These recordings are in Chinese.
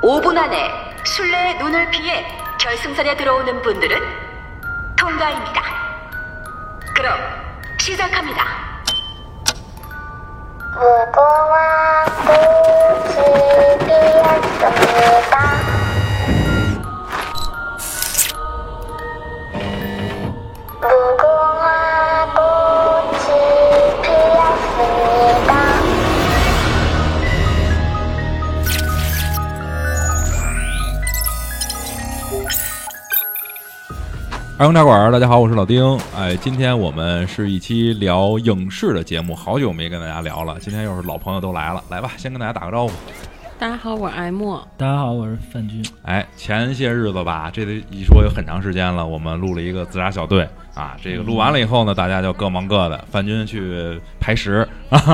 5분 안에 술래의 눈을 피해 결승선에 들어오는 분들은 통과입니다. 그럼 시작합니다. 무궁화 꽃이 피었습니다. 무궁화 꽃이 피었습니다. 二公茶馆，大家好，我是老丁。今天我们是一期聊影视的节目，好久没跟大家聊了，今天又是老朋友都来了，来吧，先跟大家打个招呼。 大家好，我是艾莫。 大家好，我是范军。 前些日子吧，这一说有很长时间了，我们录了一个自杀小队啊。这个录完了以后呢，大家就各忙各的，范军去排石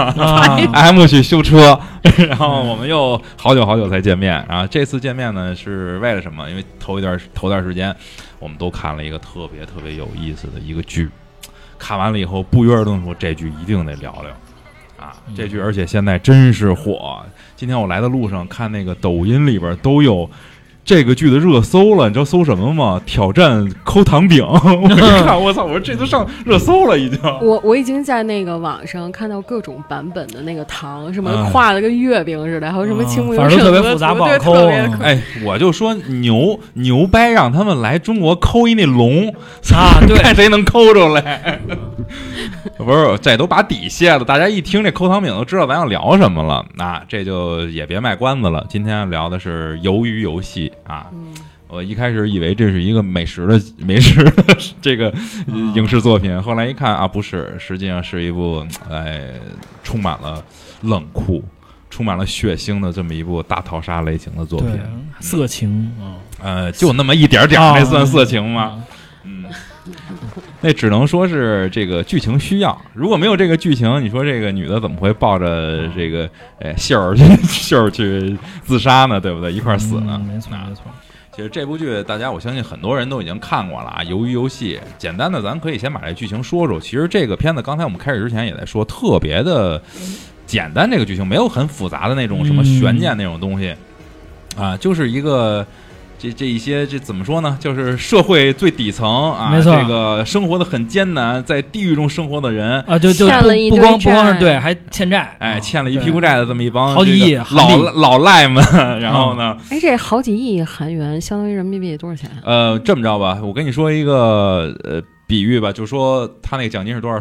，M 去修车，然后我们又好久才见面。然后这次见面呢是为了什么？因为头段时间我们都看了一个特别有意思的一个剧，看完了以后不约而同说这剧一定得聊聊。这剧而且现在真是火。今天我来的路上看那个抖音里边都有这个剧的热搜了，你知道搜什么吗？挑战抠糖饼。我一看，我操！我说这都上热搜了，已经。 我已经在那个网上看到各种版本的那个糖，什么画的跟月饼似的，还有什么清明反正特别复杂，不好抠。 我就说牛掰，让他们来中国抠一那龙啊，对， 看谁能抠出来。不是，这都把底卸了，大家一听这抠糖饼都知道咱要聊什么了。这就也别卖关子了，今天聊的是鱿鱼游戏啊。我一开始以为这是一个美食的这个影视作品，后来一看啊，不是，实际上是一部充满了冷酷、充满了血腥的这么一部大逃杀类型的作品， 色情就那么一点，那算色情吗？那只能说是这个剧情需要，如果没有这个剧情，你说这个女的怎么会抱着这个杏儿去自杀呢？对不对？一块死呢？ 没错。 其实这部剧我相信很多人都已经看过了啊，鱿鱼游戏。简单的咱可以先把这剧情说说。其实这个片子刚才我们开始之前也在说，特别的简单，这个剧情没有很复杂的那种什么悬念那种东西啊，就是一个这一些怎么说呢？就是社会最底层啊，这个生活的很艰难，在地狱中生活的人啊，就不光是对，还欠债， 欠了一屁股债的这么一帮好几亿老赖们。然后呢， 这好几亿韩元相当于人民币多少钱？ 这么着吧，我跟你说一个比喻吧，就说他那个奖金是多少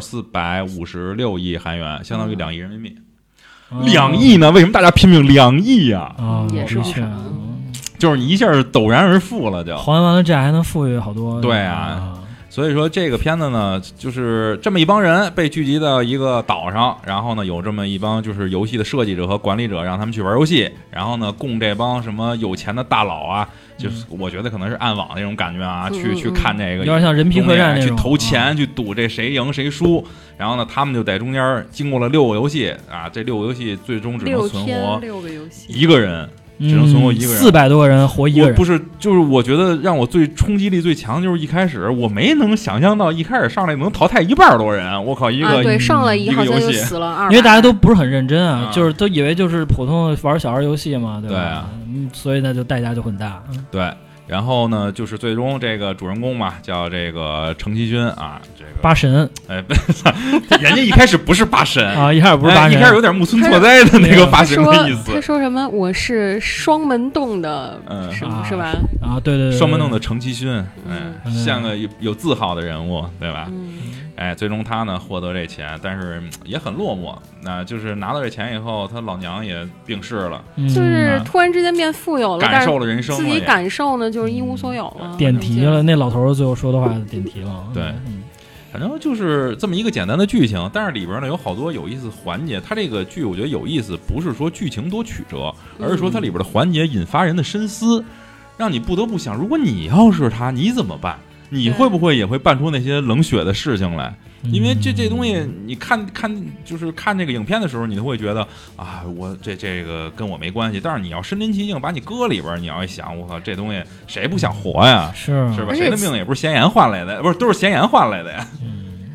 ？456亿韩元，相当于2亿人民币。2亿呢？为什么大家拼命2亿呀？ 也是就是你一下陡然而富了，就还完了债还能富裕好多。 对啊，所以说这个片子呢，就是这么一帮人被聚集到一个岛上，然后呢有这么一帮就是游戏的设计者和管理者，让他们去玩游戏，然后呢供这帮什么有钱的大佬啊，就是我觉得可能是暗网那种感觉啊，去看这个， 有点像人皮客栈那种， 去投钱去赌这谁赢谁输，然后呢他们就在中间经过了6个游戏啊，这6个游戏最终只能存活 6个游戏一个人。只能存活一个人 ，400多个人活一个人。 不是，就是我觉得让我最冲击力最强，就是一开始我没能想象到一开始上来能淘汰1半多人。我靠，一个对上来一个游戏死了200， 因为大家都不是很认真啊，就是都以为就是普通玩小孩游戏嘛，对吧？对啊，所以呢就代价就很大。 对。然后呢，就是最终这个主人公嘛，叫这个程其勋啊，这个八神， 人家一开始不是八神啊，一开始不是八神， 一开始有点木村拓哉的那个八神的意思。 他说什么？我是双门洞的，是吧？ 啊，对， 双门洞的程其勋，像个有字号的人物，对吧？最终他呢获得这钱，但是也很落寞。那就是拿到这钱以后，他老娘也病逝了， 就是突然之间变富有了， 感受了人生了， 自己感受呢就是一无所有了， 点题了。那老头最后说的话点题了， 对。反正就是这么一个简单的剧情，但是里边呢有好多有意思环节。它这个剧我觉得有意思，不是说剧情多曲折，而是说它里边的环节引发人的深思，让你不得不想，如果你要是他，你怎么办？你会不会也会办出那些冷血的事情来？因为这东西，你看就是看这个影片的时候，你都会觉得啊，我这个跟我没关系。但是你要身临其境，把你搁里边，你要一想，我靠，这东西谁不想活呀？是吧？谁的命也不是闲言换来的，不是都是闲言换来的呀。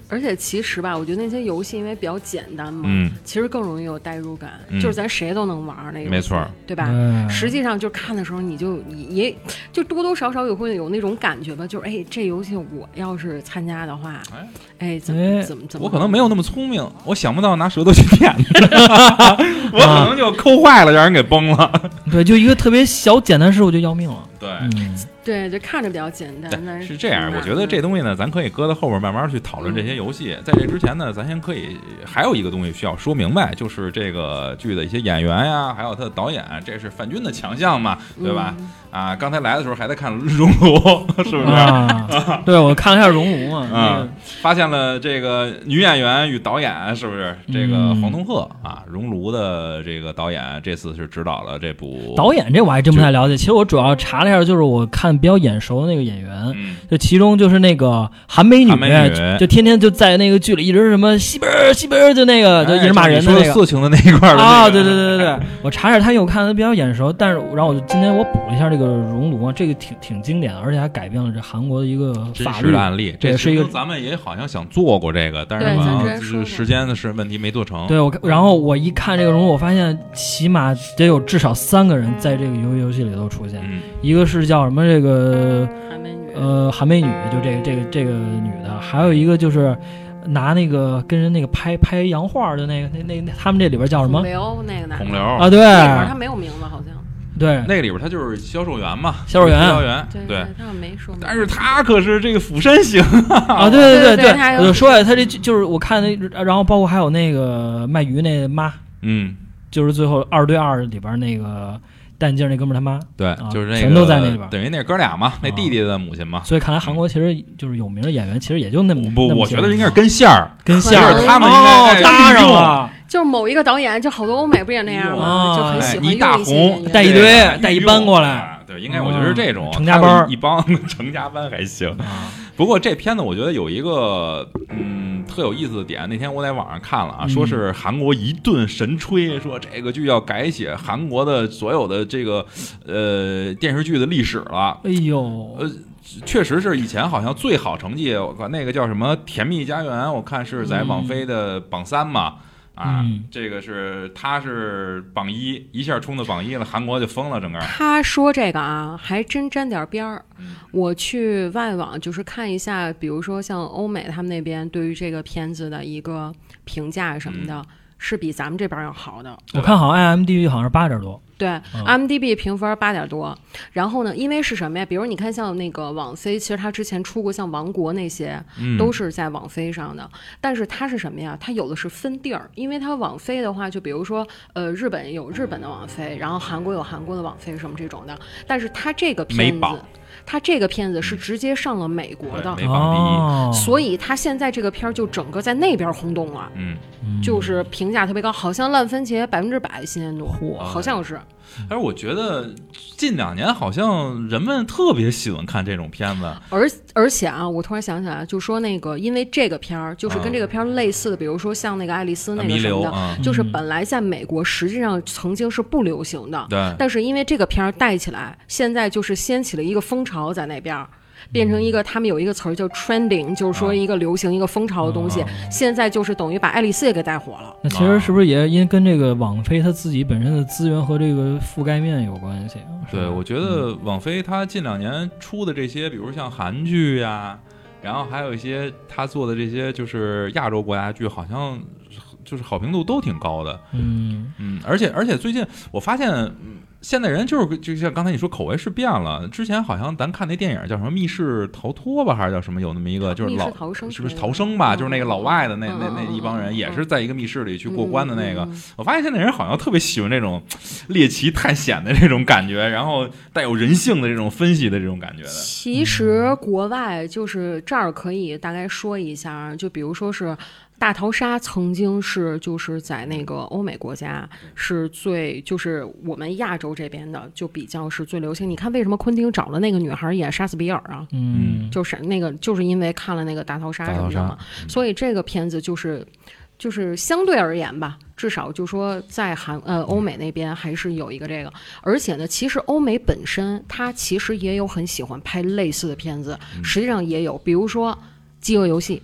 而且其实吧，我觉得那些游戏因为比较简单嘛，其实更容易有代入感，就是咱谁都能玩那个， 没错， 对吧？实际上就看的时候，你也就多多少少也会有那种感觉吧，就是这游戏我要是参加的话，怎么， 我可能没有那么聪明，我想不到拿舌头去舔，我可能就抠坏了，让人给崩了。 对，就一个特别小简单事我就要命了。 对。 对，就看着比较简单，但是这样。我觉得这东西呢，咱可以搁到后边慢慢去讨论这些游戏。在这之前呢，咱先可以还有一个东西需要说明白，就是这个剧的一些演员呀，还有他的导演，这是范军的强项嘛，对吧？刚才来的时候还在看《熔炉》，是不是？ 对，我看了一下《熔炉》嘛， 发现了这个女演员与导演，是不是？这个黄东赫啊，《熔炉》的这个导演，这次是指导了这部。 导演这我还真不太了解。其实我主要查了一下，就是我看比较眼熟的那个演员，就其中就是那个韩美女，就天天就在那个剧里一直什么西边就那个就一直骂人的那个色情的那一块啊，对，我查一下他，因为我看他比较眼熟，但是然后我今天我补了一下这个熔炉啊，这个挺经典的，而且还改变了这韩国的一个法律案例。 这是一个咱们也好像想做过这个，但是时间的是问题没做成。 对，然后我一看这个熔炉，我发现起码得有至少3个人在这个游戏里头出现，一个是叫什么这个韩美女，就这个女的，还有一个就是拿那个跟人那个拍洋画的那他们这里边叫什么？ 孔刘那个男的孔刘啊，对， 那会儿他没有名字好像。 对， 那个里边他就是销售员嘛， 销售员， 对，他没说。 但是他可是这个釜山行啊，对，我就说呀，他这就是我看那，然后包括还有那个卖鱼那妈，就是最后2对2里边那个戴眼镜那哥们儿他妈， 对，就是那个全都在那里边， 等于那哥俩嘛，那弟弟的母亲嘛。 所以看来韩国其实就是有名的演员，其实也就那么不，我觉得应该是跟线儿，他们应该搭上了。 就是某一个导演，就好多欧美不也那样吗？就很喜欢一大红带一堆带一班过来， 对，应该我觉得是这种成家班， 一帮成家班还行。不过这片子我觉得有一个特有意思的点，那天我在网上看了啊，说是韩国一顿神吹，说这个剧要改写韩国的所有的这个电视剧的历史了。 哎呦， 确实是以前好像最好成绩，我看那个叫什么《甜蜜家园》，我看是在网飞的榜3嘛。这个他是榜1，一下冲到榜1了，韩国就疯了，整个。 他说这个啊，还真沾点边儿。我去外网就是看一下，比如说像欧美他们那边对于这个片子的一个评价什么的，是比咱们这边要好的。 我看好像 IMDb 好像是8点多。 对，IMDb 评分8点多。然后呢，因为是什么呀？比如你看像那个网飞，其实它之前出过像《王国》那些，都是在网飞上的。但是它是什么呀？它有的是分地儿，因为它网飞的话，就比如说日本有日本的网飞，然后韩国有韩国的网飞什么这种的。但是它这个片子。他这个片子是直接上了美国的， 美榜第1， 所以他现在这个片儿就整个在那边轰动了，就是评价特别高，好像烂番茄100%新鲜度，好像是。 而我觉得近2年好像人们特别喜欢看这种片子， 而且啊，我突然想起来，就说那个，因为这个片儿就是跟这个片儿类似的，比如说像那个爱丽丝那个什么的，就是本来在美国实际上曾经是不流行的， 对， 但是因为这个片儿带起来，现在就是掀起了一个风潮在那边。变成一个，他们有一个词儿叫 trending， 就是说一个流行、一个风潮的东西。现在就是等于把爱丽丝也给带火了。 那其实是不是也因跟这个网飞它自己本身的资源和这个覆盖面有关系？ 对，我觉得网飞它近2年出的这些，比如像韩剧呀，然后还有一些他做的这些就是亚洲国家剧，好像就是好评度都挺高的。而且最近我发现。现在人就像刚才你说，口味是变了。之前好像咱看那电影叫什么《密室逃脱》吧，还是叫什么？有那么一个就是是不是逃生吧？就是那个老外的那一帮人，也是在一个密室里去过关的那个。我发现现在人好像特别喜欢这种猎奇探险的这种感觉，然后带有人性的这种分析的这种感觉的。 其实国外就是这儿可以大概说一下，就比如说是。大逃杀曾经是就是在那个欧美国家是最就是我们亚洲这边的就比较是最流行。你看为什么昆汀找了那个女孩演杀死比尔啊？就是那个就是因为看了那个大逃杀什么的嘛，所以这个片子就是相对而言吧，至少就说在欧美那边还是有一个这个，而且呢，其实欧美本身它其实也有很喜欢拍类似的片子，实际上也有，比如说《饥饿游戏》。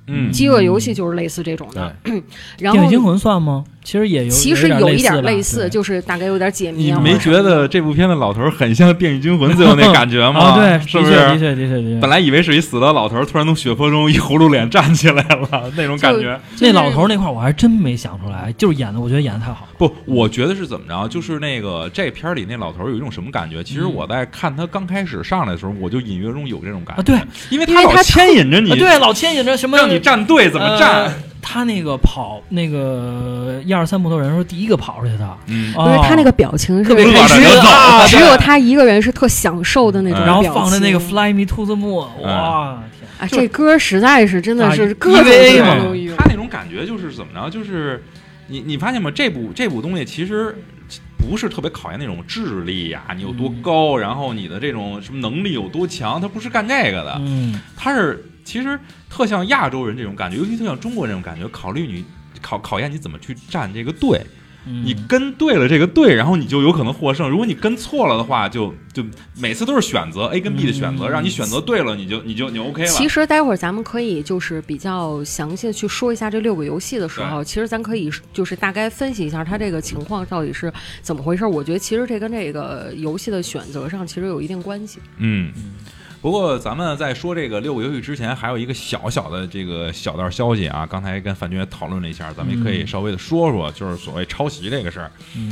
饥饿游戏就是类似这种的。然后电锯惊魂算吗？其实也有， 其实有一点类似， 就是大概有点解谜。 你没觉得这部片的老头很像《电锯惊魂》最后那感觉吗？ 对， 是不是？ 的确。 本来以为是一死的老头，突然从血泊中一葫芦脸站起来了，那种感觉。 那老头那块我还真没想出来，就是演的，我觉得演的太好。 不，我觉得是怎么着？就是那个这片里那老头有一种什么感觉？其实我在看他刚开始上来的时候，我就隐约中有这种感觉。 对， 因为他老牵引着你， 对，老牵引着什么让你站队怎么站。 他那个跑那个1、2、3木头人说第一个跑出去的， 不是他那个表情是只有他一个人是特享受的那种， 然后放着那个 Fly Me to the Moon， 哇， 啊，这歌实在是真的是各种都有。他那种感觉就是怎么着？就是你发现吗？这部东西其实不是特别考验那种智力呀，你有多高，然后你的这种什么能力有多强，他不是干这个的，他是。其实特像亚洲人这种感觉，尤其特像中国人这种感觉，考验你怎么去站这个队。你跟对了这个队，然后你就有可能获胜。如果你跟错了的话，就每次都是选择 A 跟 B 的选择，让你选择对了，你 OK 了。 其实待会儿咱们可以就是比较详细的去说一下这6个游戏的时候，其实咱可以就是大概分析一下它这个情况到底是怎么回事。我觉得其实这跟这个游戏的选择上其实有一定关系。 不过咱们在说这个6个游戏之前，还有一个小小的这个小道消息啊。刚才跟范军也讨论了一下，咱们也可以稍微的说说，就是所谓抄袭这个事儿。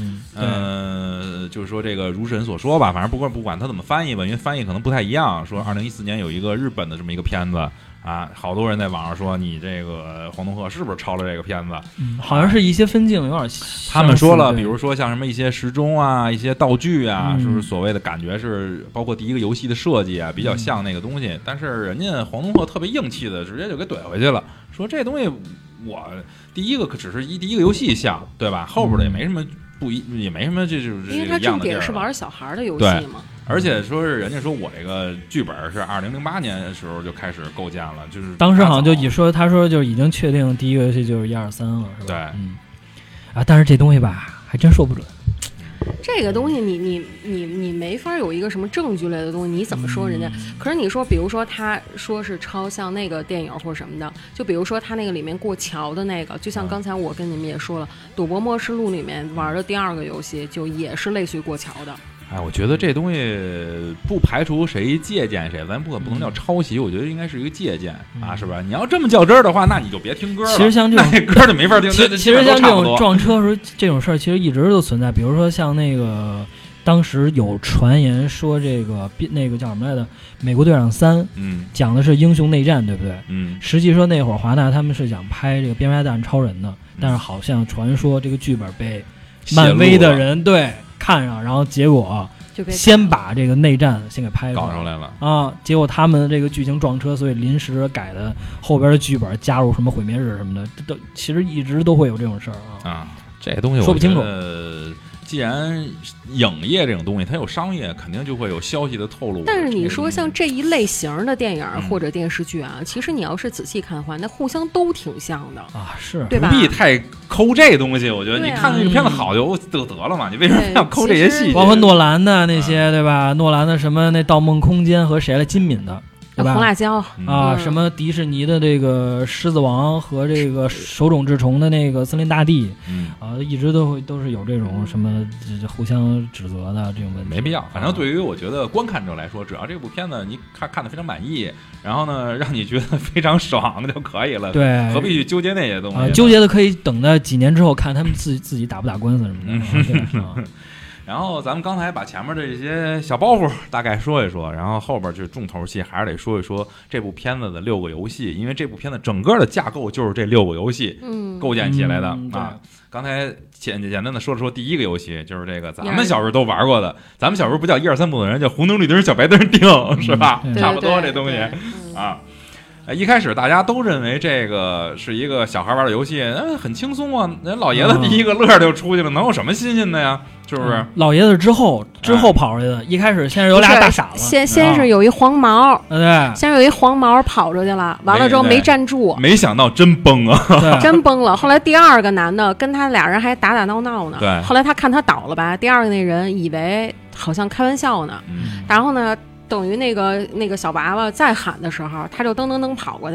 就是说这个如神所说吧，反正不管他怎么翻译吧，因为翻译可能不太一样。说2014年有一个日本的这么一个片子啊，好多人在网上说你这个黄东赫是不是抄了这个片子？ 好像是一些分镜有点。 他们说了，比如说像什么一些时钟啊、一些道具啊，是不是所谓的感觉是包括第一个游戏的设计啊，比较像那个东西。但是人家黄东赫特别硬气的，直接就给怼回去了，说这东西我第一个只是第一个游戏像，对吧？后边的也没什么也没什么，这就是因为它重点是玩小孩的游戏嘛。 而且说是人家说我这个剧本是2008年的时候就开始构建了，就是当时好像就他说就已经确定第一个游戏就是1、2、3了，是吧？ 对， 但是这东西吧还真说不准。 这个东西你没法有一个什么证据类的东西，你怎么说人家？可是你说，比如说他说是抄像那个电影或什么的，就比如说他那个里面过桥的那个，就像刚才我跟你们也说了，赌博默示录里面玩的第2个游戏就也是类似于过桥的。 我觉得这东西不排除谁借鉴谁，咱不能叫抄袭，我觉得应该是一个借鉴啊，是吧？你要这么较真儿的话，那你就别听歌了。 其实像这种那歌就没法听。 其实像这种撞车时候这种事儿，其实一直都存在。比如说像那个当时有传言说这个那个叫什么来着，《美国队长3》，讲的是英雄内战，对不对？实际说那会儿华纳他们是想拍这个边缘大战超人的，但是好像传说这个剧本被漫威的人看上，然后结果先把这个内战先给拍搞出来了啊！结果他们这个剧情撞车，所以临时改的后边的剧本，加入什么毁灭日什么的，这都其实一直都会有这种事儿啊！这东西说不清楚。 既然影业这种东西它有商业，肯定就会有消息的透露。 但是你说像这一类型的电影或者电视剧啊，其实你要是仔细看的话，那互相都挺像的啊，是对吧？ 不必太抠这东西，我觉得你看那个片子好就得了嘛，你为什么要抠这些细节？ 包括诺兰的那些，对吧？诺兰的什么那《盗梦空间》和谁来金敏的。 红辣椒啊，什么迪士尼的这个《狮子王》和这个手冢治虫的那个《森林大帝》，一直都是有这种什么互相指责的这种问题， 没必要。反正对于我觉得观看者来说，只要这部片子你看得非常满意，然后呢让你觉得非常爽就可以了。 对， 何必去纠结那些东西？ 纠结的可以等到几年之后看他们自己打不打官司什么的。 然后咱们刚才把前面的这些小包袱大概说一说，然后后边就重头戏还是得说一说这部片子的6个游戏，因为这部片子整个的架构就是这6个游戏构建起来的啊。刚才简单的说了说第一个游戏，就是这个咱们小时候都玩过的，咱们小时候不叫1、2、3木头人，叫红灯绿灯小白灯定，是吧？差不多这东西啊。一开始大家都认为这个是一个小孩玩的游戏，很轻松啊。人老爷子第一个乐就出去了，能有什么新鲜的呀？是不是？ 老爷子之后跑出去的，一开始先是有俩大傻子， 先是有一黄毛， 对， 先有一黄毛跑出去了，完了之后没站住， 没想到真崩啊， 真崩了。后来第2个男的跟他俩人还打闹呢， 对。 后来他看他倒了吧，第2个那人以为好像开玩笑呢，然后呢。等于那个小娃娃再喊的时候，他就噔噔噔跑过去了，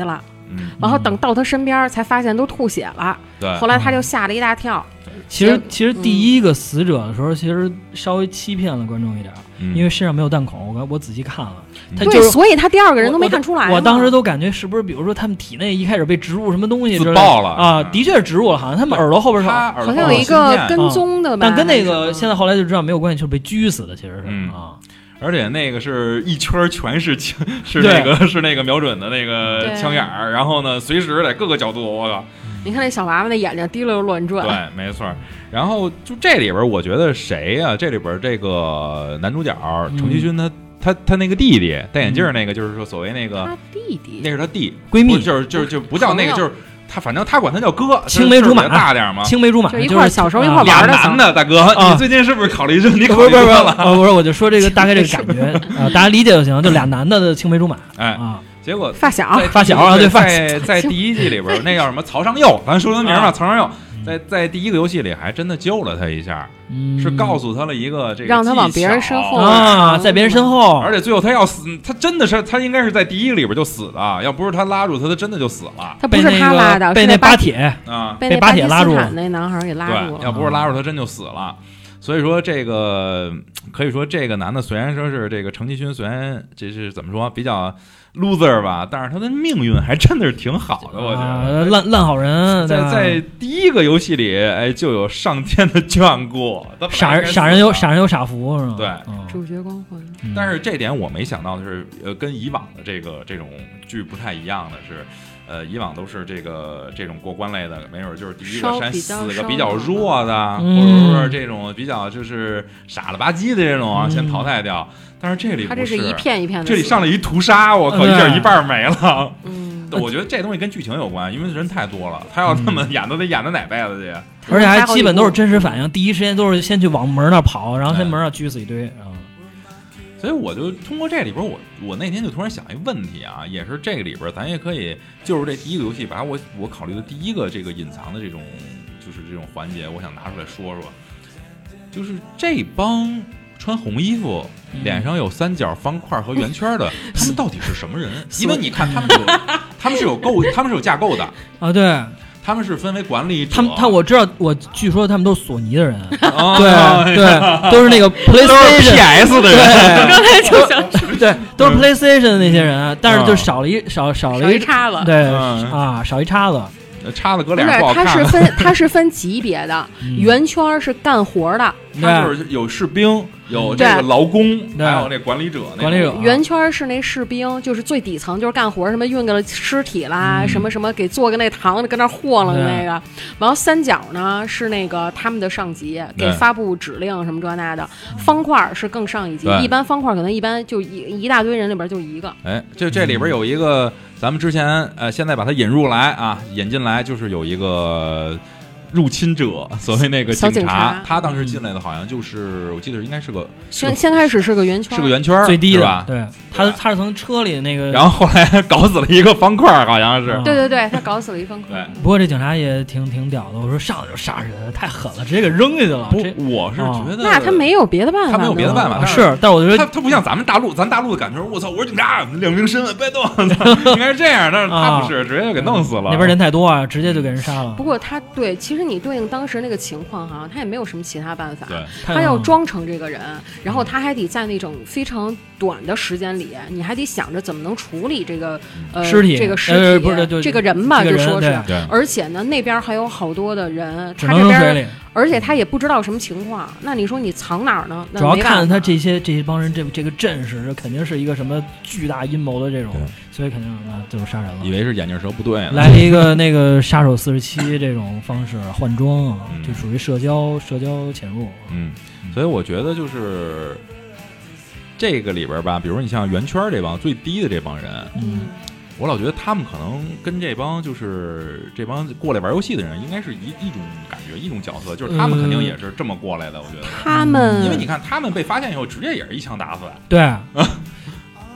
然后等到他身边才发现都吐血了， 对， 后来他就吓了一大跳。 其实第一个死者的时候，其实稍微欺骗了观众一点，因为身上没有弹孔，我仔细看了，他对，所以他第二个人都没看出来。 我当时都感觉是不是，比如说他们体内一开始被植入什么东西， 自爆了啊，的确是植入了，好像他们耳朵后边好像有一个跟踪的吧， 但跟那个现在后来就知道没有关系，就是被狙死的，其实是啊。 而且那个是一圈全是枪，是那个瞄准的那个枪眼儿，然后呢，随时在各个角度，我靠！ 你看那小娃娃的眼睛滴溜乱转， 对，没错。然后就这里边，我觉得谁呀？这里边这个男主角程其勋，他那个弟弟戴眼镜那个，就是说所谓那个他弟弟， 那是他弟闺蜜， 就不叫那个，就是他，反正他管他叫哥， 青梅竹马大点嘛， 青梅竹马， 就一块小时候一块玩的。 俩男的，大哥，你最近是不是考虑你考虑多了？ 不是，我就说这个大概这个感觉大家理解就行，就俩男的青梅竹马， 哎啊。结果发小啊，对， 在第一季里边，那叫什么曹尚佑，咱说他名嘛，曹尚佑，在第一个游戏里还真的救了他一下，是告诉他了一个这个让他往别人身后啊，在别人身后， 而且最后他要死，他真的是他应该是在第一个里边就死的，要不是他拉住他，他真的就死了。 他不是他拉的， 被那巴铁啊， 被巴铁拉住， 那男孩给拉住了。 要不是拉住他，真就死了。所以说，这个可以说，这个男的虽然说是这个程其勋，虽然这是怎么说比较 loser 吧，但是他的命运还真的是挺好的，我觉得烂好人， 在第一个游戏里，哎，就有上天的眷顾， 傻人有傻福是吧？ 对， 主角光环。 但是这点我没想到的是，跟以往的这种剧不太一样的是。以往都是这种过关类的，没准就是第一个删4个比较弱的，或者说这种比较就是傻了吧唧的这种先淘汰掉。但是这里不是， 它这是一片一片的， 这里上了一屠杀，我靠，一半没了。我觉得这东西跟剧情有关，因为人太多了，他要那么演都得演到哪辈子去。 而且还基本都是真实反应，第一时间都是先去往门那跑，然后先门上狙死一堆啊。 所以我就通过这里边，我那天就突然想一个问题啊，也是这个里边咱也可以就是这第一个游戏把我考虑的第一个这个隐藏的这种就是这种环节，我想拿出来说说，就是这帮穿红衣服、脸上有三角、方块和圆圈的，他们到底是什么人？因为你看他们是有架构的啊，对。 他们是分为管理者， 我知道，据说他们都是索尼的人，对，都是那个 PlayStation PS 的人， 刚才就想对，都是 PlayStation 的那些人，但是就少了一叉子， 对啊，少一叉子。 叉子搁脸上不好看。 它是分级别的，圆圈是干活的， 它就是有士兵，有这个劳工，还有那管理者。 圆圈是那士兵，就是最底层，就是干活，什么运个尸体啦，什么什么给做个那糖跟那和了那个。然后三角呢是那个他们的上级，给发布指令什么这那的。方块是更上一级，一般方块可能一般就一大堆人里边就一个。 哎，就这里边有一个。咱们之前现在把它引进来，就是有一个入侵者，所谓那个警察，他当时进来的好像就是我记得应该是个先开始是个圆圈， 是个圆圈最低的吧？ 对， 他是从车里那个， 然后后来搞死了一个方块，好像是。 对，他搞死了一方块。 对， 不过这警察也挺屌的，我说上来就杀人，太狠了，直接给扔下去了。 我是觉得那他没有别的办法， 他没有别的办法。 是，但我觉得他不像咱大陆的感觉，我操，我是警察，两名身份别动，应该是这样，但是他不是，直接就给弄死了。 那边人太多啊，直接就给人杀了。 不过他对，其实你对应当时那个情况哈，他也没有什么其他办法， 他要装成这个人，然后他还得在那种非常短的时间里，你还得想着怎么能处理这个尸体， 这个尸体不是这个人吧，就说是，而且呢那边还有好多的人，他这边而且他也不知道什么情况，那你说你藏哪儿呢？ 主要看他这些帮人这个阵势，肯定是一个什么巨大阴谋的这种，所以肯定就是杀人了。 以为是眼镜蛇部队呢， 来了一个那个杀手47这种方式换装，就属于社交潜入。 所以我觉得就是这个里边吧，比如你像圆圈这帮最低的这帮人，我老觉得他们可能跟这帮过来玩游戏的人，应该是一种感觉，一种角色，就是他们肯定也是这么过来的。我觉得他们， 因为你看他们被发现以后，直接也是一枪打死。 对，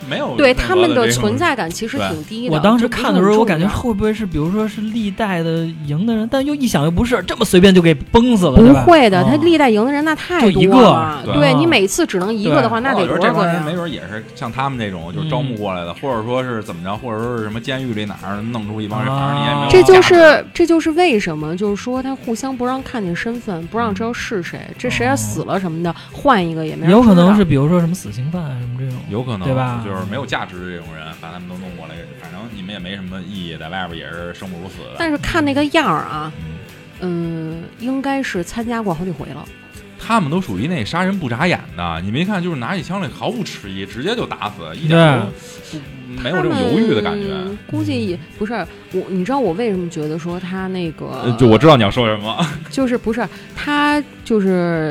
没有对他们的存在感其实挺低的。 我当时看的时候，我感觉会不会是比如说是历代的赢的人，但又一想又不是，这么随便就给崩死了， 不会的，他历代赢的人那太多了。对你每次只能一个的话，那得多少个呀？ 没准也是像他们这种就招募过来的，或者说是怎么着，或者说是什么监狱里哪儿弄出一帮人，反正你也没有。 这就是为什么，就是说他互相不让看见身份，不让知道是谁，这谁要死了什么的，换一个也没人知道。 有可能是比如说什么死刑犯什么这种， 有可能对吧？ 就是没有价值的这种人，把他们都弄过来，反正你们也没什么意义，在外边也是生不如死的。 但是看那个样儿啊，应该是参加过好几回了。 他们都属于那杀人不眨眼的，你没看，就是拿起枪来毫不迟疑，直接就打死，一点都没有这种犹豫的感觉。 估计也不是我，你知道我为什么觉得说他那个？ 就我知道你要说什么， 就是不是他就是。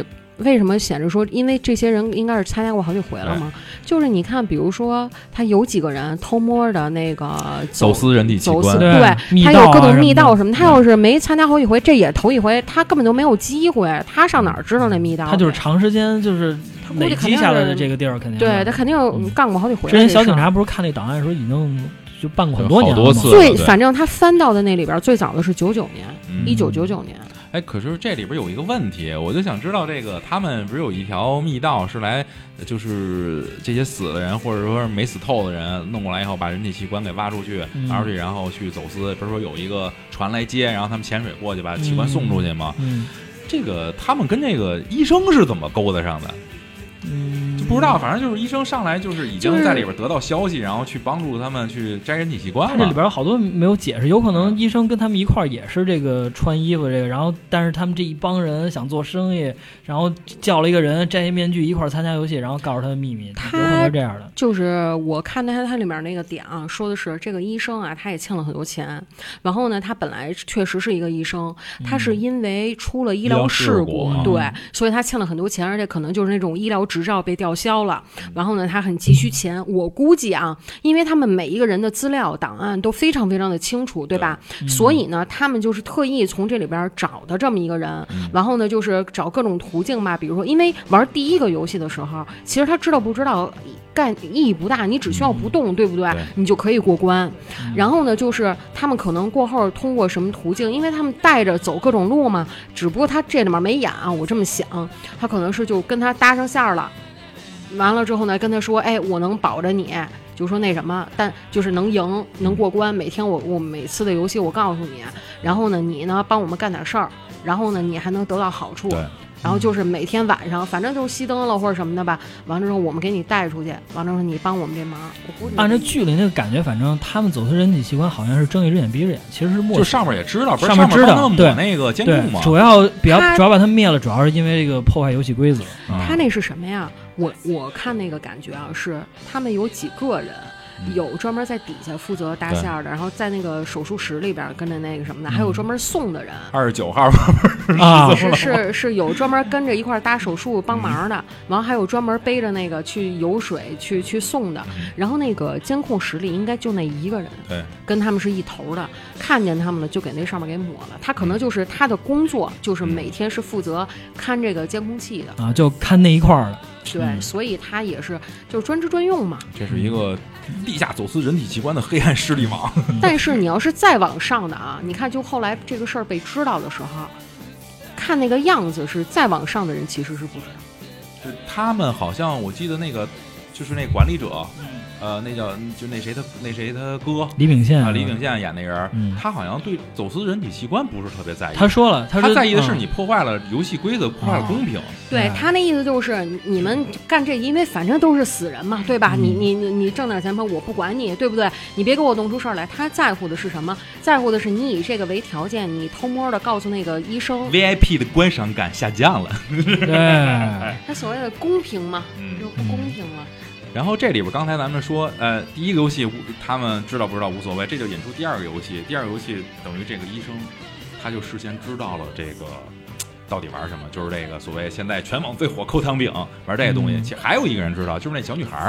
为什么显着说？因为这些人应该是参加过好几回了嘛。就是你看，比如说他有几个人偷摸的那个走私人体器官， 对，他有各种密道什么。他要是没参加好几回，这也头一回，他根本就没有机会。他上哪儿知道那密道？ 他就是长时间就是累积下来的这个地儿，肯定对他肯定有干过好几回。 之前小警察不是看那档案的时候已经就办过很多年了吗？ 反正他翻到的那里边最早的是99年，1999年。 哎，可是这里边有一个问题，我就想知道这个他们不是有一条密道是来，就是这些死的人或者说没死透的人弄过来以后，把人体器官给挖出去，然后去走私。不是说有一个船来接，然后他们潜水过去把器官送出去吗？这个他们跟这个医生是怎么勾搭上的？就不知道，反正就是医生上来就是已经在里边得到消息，然后去帮助他们去摘人体器官了。 这里边有好多没有解释，有可能医生跟他们一块儿也是这个穿衣服这个，然后但是他们这一帮人想做生意，然后叫了一个人摘面具一块儿参加游戏，然后告诉他的秘密，有可能是这样的。 就是我看他里面那个点啊，说的是这个医生啊，他也欠了很多钱，然后呢，他本来确实是一个医生，他是因为出了医疗事故，对，所以他欠了很多钱，而且可能就是那种医疗执照被吊销了，然后呢，他很急需钱。我估计啊，因为他们每一个人的资料档案都非常非常的清楚，对吧？所以呢，他们就是特意从这里边找的这么一个人，然后呢，就是找各种途径吧，比如说，因为玩第一个游戏的时候，其实他知道不知道意义不大，你只需要不动，对不对？你就可以过关。然后呢，就是他们可能过后通过什么途径，因为他们带着走各种路嘛，只不过他这里面没演啊，我这么想，他可能是就跟他搭上线了。完了之后呢，跟他说，哎，我能保着你，就说那什么，但就是能赢，能过关。每天我每次的游戏我告诉你，然后呢，你呢帮我们干点事儿，然后呢，你还能得到好处。然后就是每天晚上，反正就是熄灯了或者什么的吧。完了之后，我们给你带出去，完了之后你帮我们这忙。 按照剧里那个感觉，反正他们走私人体器官好像是睁一只眼闭一只眼，其实是默。 就上面也知道， 上面知道对那个监控嘛。 主要把他灭了，主要是因为这个破坏游戏规则。 他那是什么呀？我看那个感觉啊，是他们有几个人。有专门在底下负责搭线的，然后在那个手术室里边跟着那个什么的，还有专门送的人。 29号啊， 是有专门跟着一块搭手术帮忙的，然后还有专门背着那个去游水去送的。然后那个监控室里应该就那一个人， 对， 跟他们是一头的，看见他们了就给那上面给抹了。他可能就是他的工作就是每天是负责看这个监控器的啊，就看那一块的。 对，所以他也是就是专职专用嘛。 这是一个地下走私人体器官的黑暗势力网。 但是你要是再往上的啊，你看就后来这个事儿被知道的时候，看那个样子是再往上的人其实是不知道。 是他们好像我记得那个就是那管理者。那叫就那谁他哥李秉宪啊，李秉宪演那人，他好像对走私人体器官不是特别在意。 他说了，他在意的是你破坏了游戏规则，破坏了公平。 对他那意思就是你们干这，因为反正都是死人嘛，对吧？你挣点钱吧，我不管你，对不对？你别给我弄出事儿来。他在乎的是什么？在乎的是你以这个为条件，你偷摸的告诉那个医生 ，VIP 的观赏感下降了。 对， 他所谓的公平嘛，就不公平了。 然后这里边刚才咱们说，第一个游戏他们知道不知道无所谓，这就引出第二个游戏。第二个游戏等于这个医生，他就事先知道了这个到底玩什么，就是这个所谓现在全网最火扣糖饼玩这个东西。其实还有一个人知道，就是那小女孩，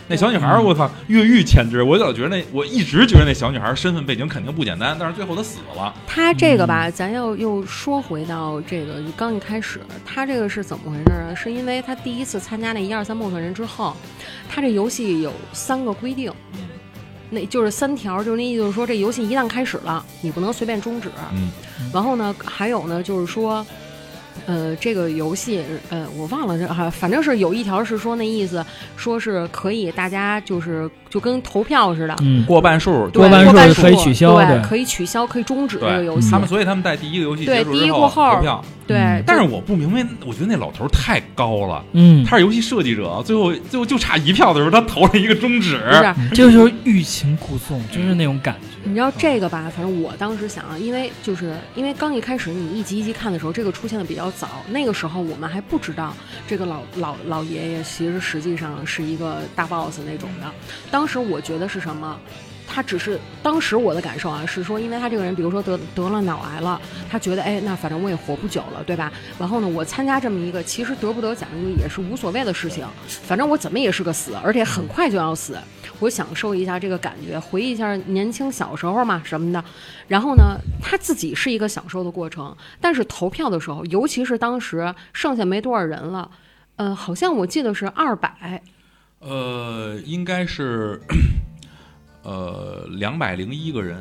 那小女孩我操越狱牵制，我老觉得我一直觉得那小女孩身份背景肯定不简单，但是最后她死了。 她这个吧，咱又说回到这个刚一开始，她这个是怎么回事啊？是因为她第一次参加那123部分人之后，她这游戏有3个规定。那就是3条，就是那意思，就是说这游戏一旦开始了，你不能随便终止。然后呢，还有呢，就是说，这个游戏，我忘了这，反正是有一条是说那意思，说是可以大家就跟投票似的， 过半数是可以取消， 对，可以取消，可以终止这个游戏。 所以他们在第一个游戏结束第一之过后投票。 对， 但是我不明白，我觉得那老头太高了。他是游戏设计者，最后就差1票的时候，他投了一个终止， 这就是欲擒故纵，就是那种感觉。 你知道这个吧？反正我当时想啊，因为刚一开始你一集一集看的时候，这个出现的比较早，那个时候我们还不知道这个老爷爷其实实际上是一个大 boss 那种的。当时我觉得是什么？他只是当时我的感受啊，是说，因为他这个人，比如说得了脑癌了，他觉得那反正我也活不久了，对吧？然后呢，我参加这么一个其实得不得奖励也是无所谓的事情，反正我怎么也是个死，而且很快就要死，我享受一下这个感觉，回忆一下年轻小时候嘛什么的。然后呢，他自己是一个享受的过程，但是投票的时候，尤其是当时剩下没多少人了，好像我记得是200， 应该是。201个人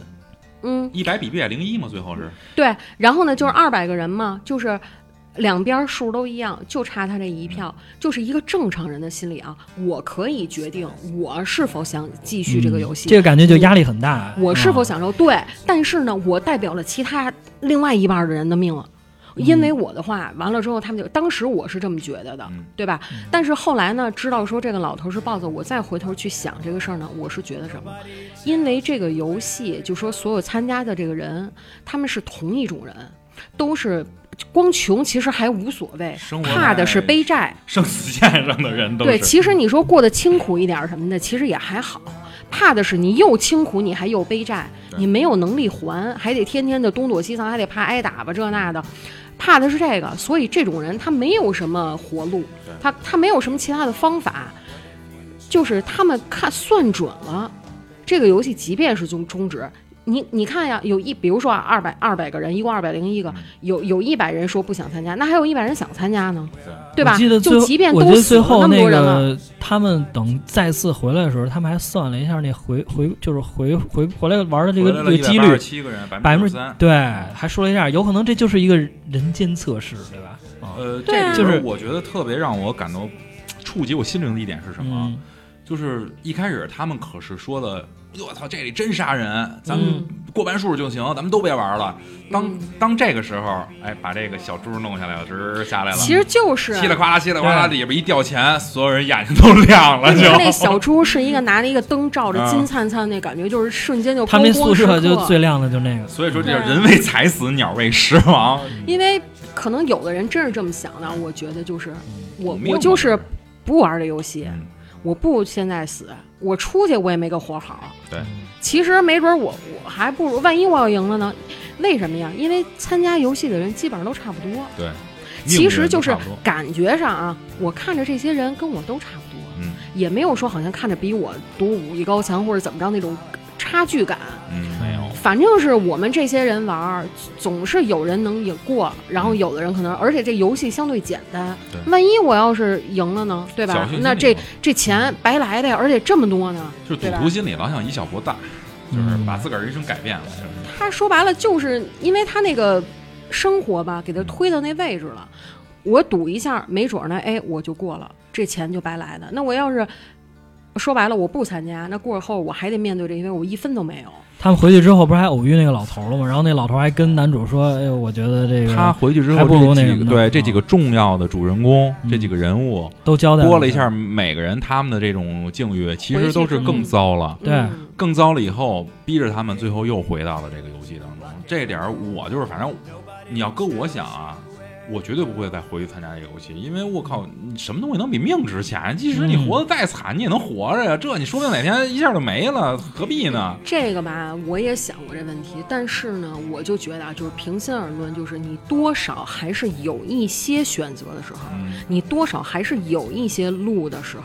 ，100比101嘛，最后是对，然后呢，就是200个人嘛，就是两边数都一样，就差他这1票，就是一个正常人的心理啊，我可以决定我是否想继续这个游戏， 这个感觉就压力很大， 我是否享受对，但是呢，我代表了其他另外一半的人的命了。因为我的话完了之后，他们就当时我是这么觉得的，对吧？但是后来呢，知道说这个老头是豹子，我再回头去想这个事儿呢，我是觉得什么？因为这个游戏就说所有参加的这个人，他们是同一种人，都是光穷其实还无所谓，怕的是背债， 生死线上的人都是。 对，其实你说过得清苦一点什么的，其实也还好。怕的是你又清苦，你还又背债，你没有能力还，还得天天的东躲西藏，还得怕挨打吧这那的。怕的是这个，所以这种人他没有什么活路，他没有什么其他的方法，就是他们算准了这个游戏，即便是终止，你看呀，比如说200个人，一共201个，有100人说不想参加，那还有100人想参加呢，对吧？就即便都死了那么多人了， 他们等再次回来的时候，他们还算了一下那回来玩的这个几率 ，187个人 ，3%，对，还说了一下，有可能这就是一个人间测试，对吧？ 这就是我觉得特别让我感到触及我心灵的一点是什么？就是一开始他们可是说的。我操，这里真杀人，咱们过半数就行，咱们都别玩了。当这个时候，把这个小猪弄下来了，直下来了， 其实就是稀里哗啦里边一掉钱，所有人眼睛都亮了。就那小猪是一个拿着一个灯照着金灿灿，那感觉就是瞬间就他们那宿舍就最亮的就那个。 所以说，这人为财死，鸟为食亡。 因为可能有的人真是这么想的，我觉得就是我就是不玩这游戏。我不现在死，我出去我也没个活好。 对， 其实没准我还不如，万一我要赢了呢？为什么呀？因为参加游戏的人基本上都差不多。 对， 其实就是感觉上啊，我看着这些人跟我都差不多，也没有说好像看着比我多武艺高强或者怎么着那种差距感。 没有。 反正是我们这些人玩，总是有人能赢过，然后有的人可能，而且这游戏相对简单。万一我要是赢了呢，对吧？那这钱白来的呀，而且这么多呢， 就是赌徒心理老想以小博大，就是把自个儿人生改变了。 他说白了就是因为他那个生活吧，给他推到那位置了。我赌一下，没准呢，我就过了，这钱就白来的。那我要是说白了我不参加，那过后我还得面对这，因为我1分都没有。 他们回去之后不是还偶遇那个老头了吗？然后那老头还跟男主说：“我觉得这个他回去之后， 还不如那个对这几个重要的主人公，这几个人物都交代播了一下每个人他们的这种境遇，其实都是更糟了。 对， 更糟了以后，逼着他们最后又回到了这个游戏当中。这点我就是，反正你要搁我想啊。”我绝对不会再回去参加这个游戏，因为我靠，你什么东西能比命值钱？即使你活得再惨，你也能活着呀。这你说不定哪天一下就没了，何必呢？ 这个吧，我也想过这问题，但是呢，我就觉得啊，就是平心而论，就是你多少还是有一些选择的时候，你多少还是有一些路的时候，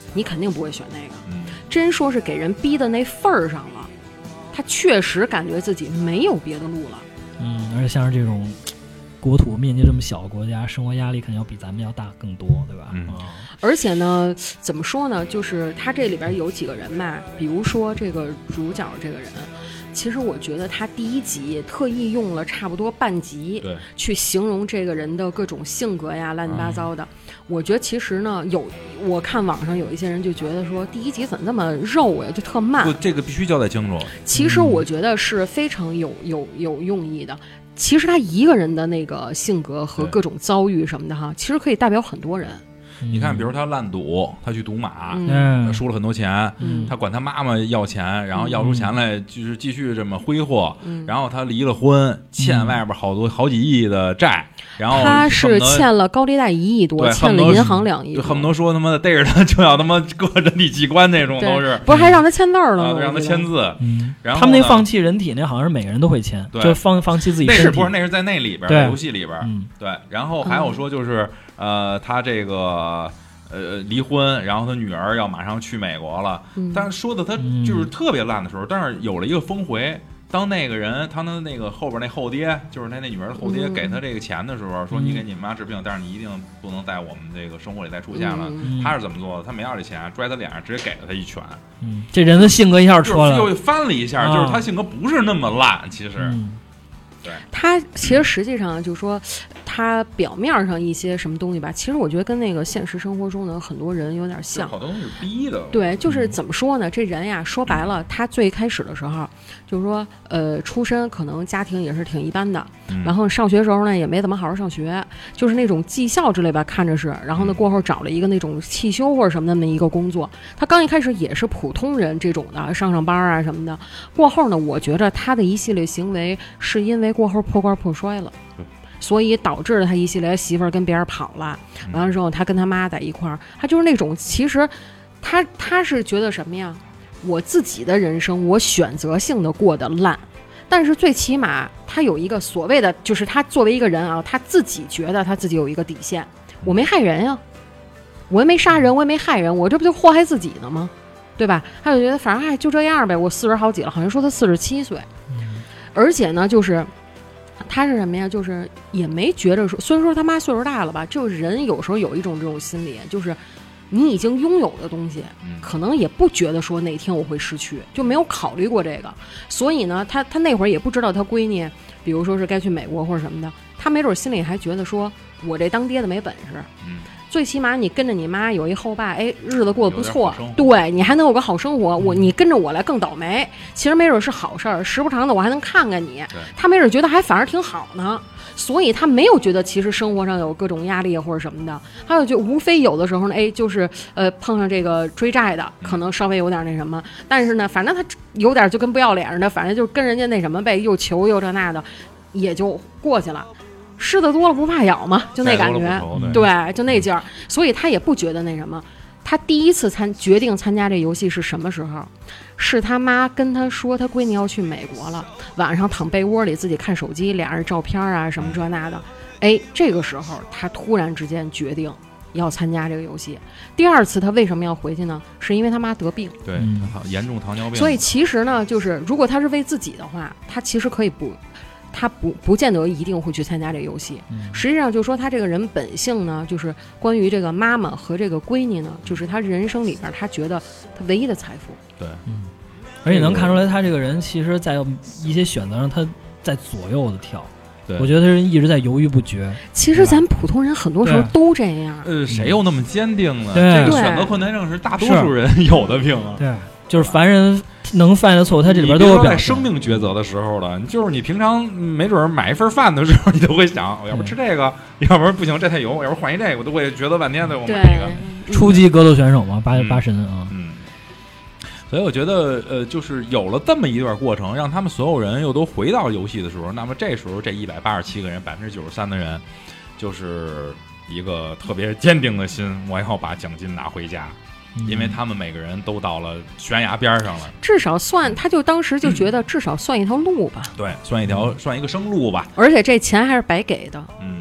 你肯定不会选那个。真说是给人逼的那份儿上了，他确实感觉自己没有别的路了。 而且像是这种国土面积这么小的国家，生活压力肯定要比咱们要大更多，对吧？ 而且呢，怎么说呢？就是他这里边有几个人吧，比如说这个主角这个人，其实我觉得他第一集特意用了差不多半集去形容这个人的各种性格呀，乱七八糟的。我觉得其实呢，我看网上有一些人就觉得说第一集怎么那么肉呀，就特慢。 不，这个必须交代清楚。 其实我觉得是非常有用意的。其实他一个人的那个性格和各种遭遇什么的哈，其实可以代表很多人。 你看，比如他烂赌，他去赌马，输了很多钱，他管他妈妈要钱，然后要出钱来就是继续这么挥霍，然后他离了婚，欠外边好几亿的债，然后他是欠了高利贷1亿多，欠了银行2亿多， 恨不得说他妈的逮着他就要他妈割人体器官那种，都是不是还让他签字了吗？ 让他签字，然后他们那放弃人体那好像是每个人都会签，就放弃自己身体， 那是在那里边在游戏里边，对，然后还有说就是他这个离婚，然后他女儿要马上去美国了，但是说的他就是特别烂的时候，但是有了一个峰回。当那个人，他的那个后边那后爹，就是他那女儿的后爹，给他这个钱的时候，说你给你妈治病，但是你一定不能在我们这个生活里再出现了。他是怎么做的？他没要这钱，拽他脸上，直接给了他一拳。 这人的性格一下出来了， 又翻了一下，就是他性格不是那么烂，其实。对， 他其实实际上就是说，他表面上一些什么东西吧，其实我觉得跟那个现实生活中的很多人有点像。 好多东西是逼的。 对，就是怎么说呢？这人呀，说白了，他最开始的时候，就是说，出身可能家庭也是挺一般的，然后上学时候呢也没怎么好好上学，就是那种技校之类吧，看着是。然后呢，过后找了一个那种汽修或者什么的那么一个工作。他刚一开始也是普通人这种的，上班啊什么的。过后呢，我觉得他的一系列行为是因为过后破罐破摔了，所以导致了他一系列媳妇儿跟别人跑了，完了之后他跟他妈在一块儿，他就是那种其实他是觉得什么呀？我自己的人生我选择性的过得烂，但是最起码他有一个所谓的，就是他作为一个人啊，他自己觉得他自己有一个底线，我没害人呀，我也没杀人，我也没害人，我这不就祸害自己呢吗？对吧？他就觉得反正就这样呗，我40好几了，好像说他47岁，而且呢就是他是什么呀？就是也没觉得说，虽然说他妈岁数大了吧，就是人有时候有一种这种心理，就是你已经拥有的东西，可能也不觉得说哪天我会失去，就没有考虑过这个。所以呢，他那会儿也不知道他闺女，比如说是该去美国或者什么的，他没准心里还觉得说，我这当爹的没本事。最起码你跟着你妈有一后爸，哎，日子过得不错，对你还能有个好生活。你跟着我来更倒霉，其实没准是好事儿，时不常的我还能看看你。他没准觉得还反而挺好呢，所以他没有觉得其实生活上有各种压力或者什么的。还有就无非有的时候呢，哎，就是碰上这个追债的，可能稍微有点那什么，但是呢，反正他有点就跟不要脸似的，反正就跟人家那什么呗，又求又这那的，也就过去了。吃的多了不怕咬嘛，就那感觉，对，就那劲儿，所以他也不觉得那什么。他第一次决定参加这游戏是什么时候？是他妈跟他说他闺女要去美国了，晚上躺被窝里自己看手机，俩人照片啊什么这那的。哎，这个时候他突然之间决定要参加这个游戏。第二次他为什么要回去呢？是因为他妈得病， 对，严重糖尿病。 所以其实呢，就是如果他是为自己的话，他其实可以不。他不见得一定会去参加这个游戏，实际上就是说他这个人本性呢，就是关于这个妈妈和这个闺女呢，就是他人生里边他觉得他唯一的财富。 对， 而且能看出来他这个人其实在一些选择上他在左右的跳。我觉得他是一直在犹豫不决。 其实咱普通人很多时候都这样。 谁又那么坚定呢？这个选择困难症是大多数人有的病啊。 对，就是凡人能犯的错误，他这里边都有表现。 在生命抉择的时候了，就是你平常没准买一份饭的时候，你都会想，我要不吃这个，要不然不行，这太油，要不换一这个，我都会抉择半天，对我买一个。 初级格斗选手嘛，八神啊。 所以我觉得，就是有了这么一段过程，让他们所有人又都回到游戏的时候，那么这时候这187个人，93%的人，就是一个特别坚定的心，我要把奖金拿回家。因为他们每个人都到了悬崖边上了， 至少他就当时就觉得至少算一条路吧， 对，算一个生路吧， 而且这钱还是白给的，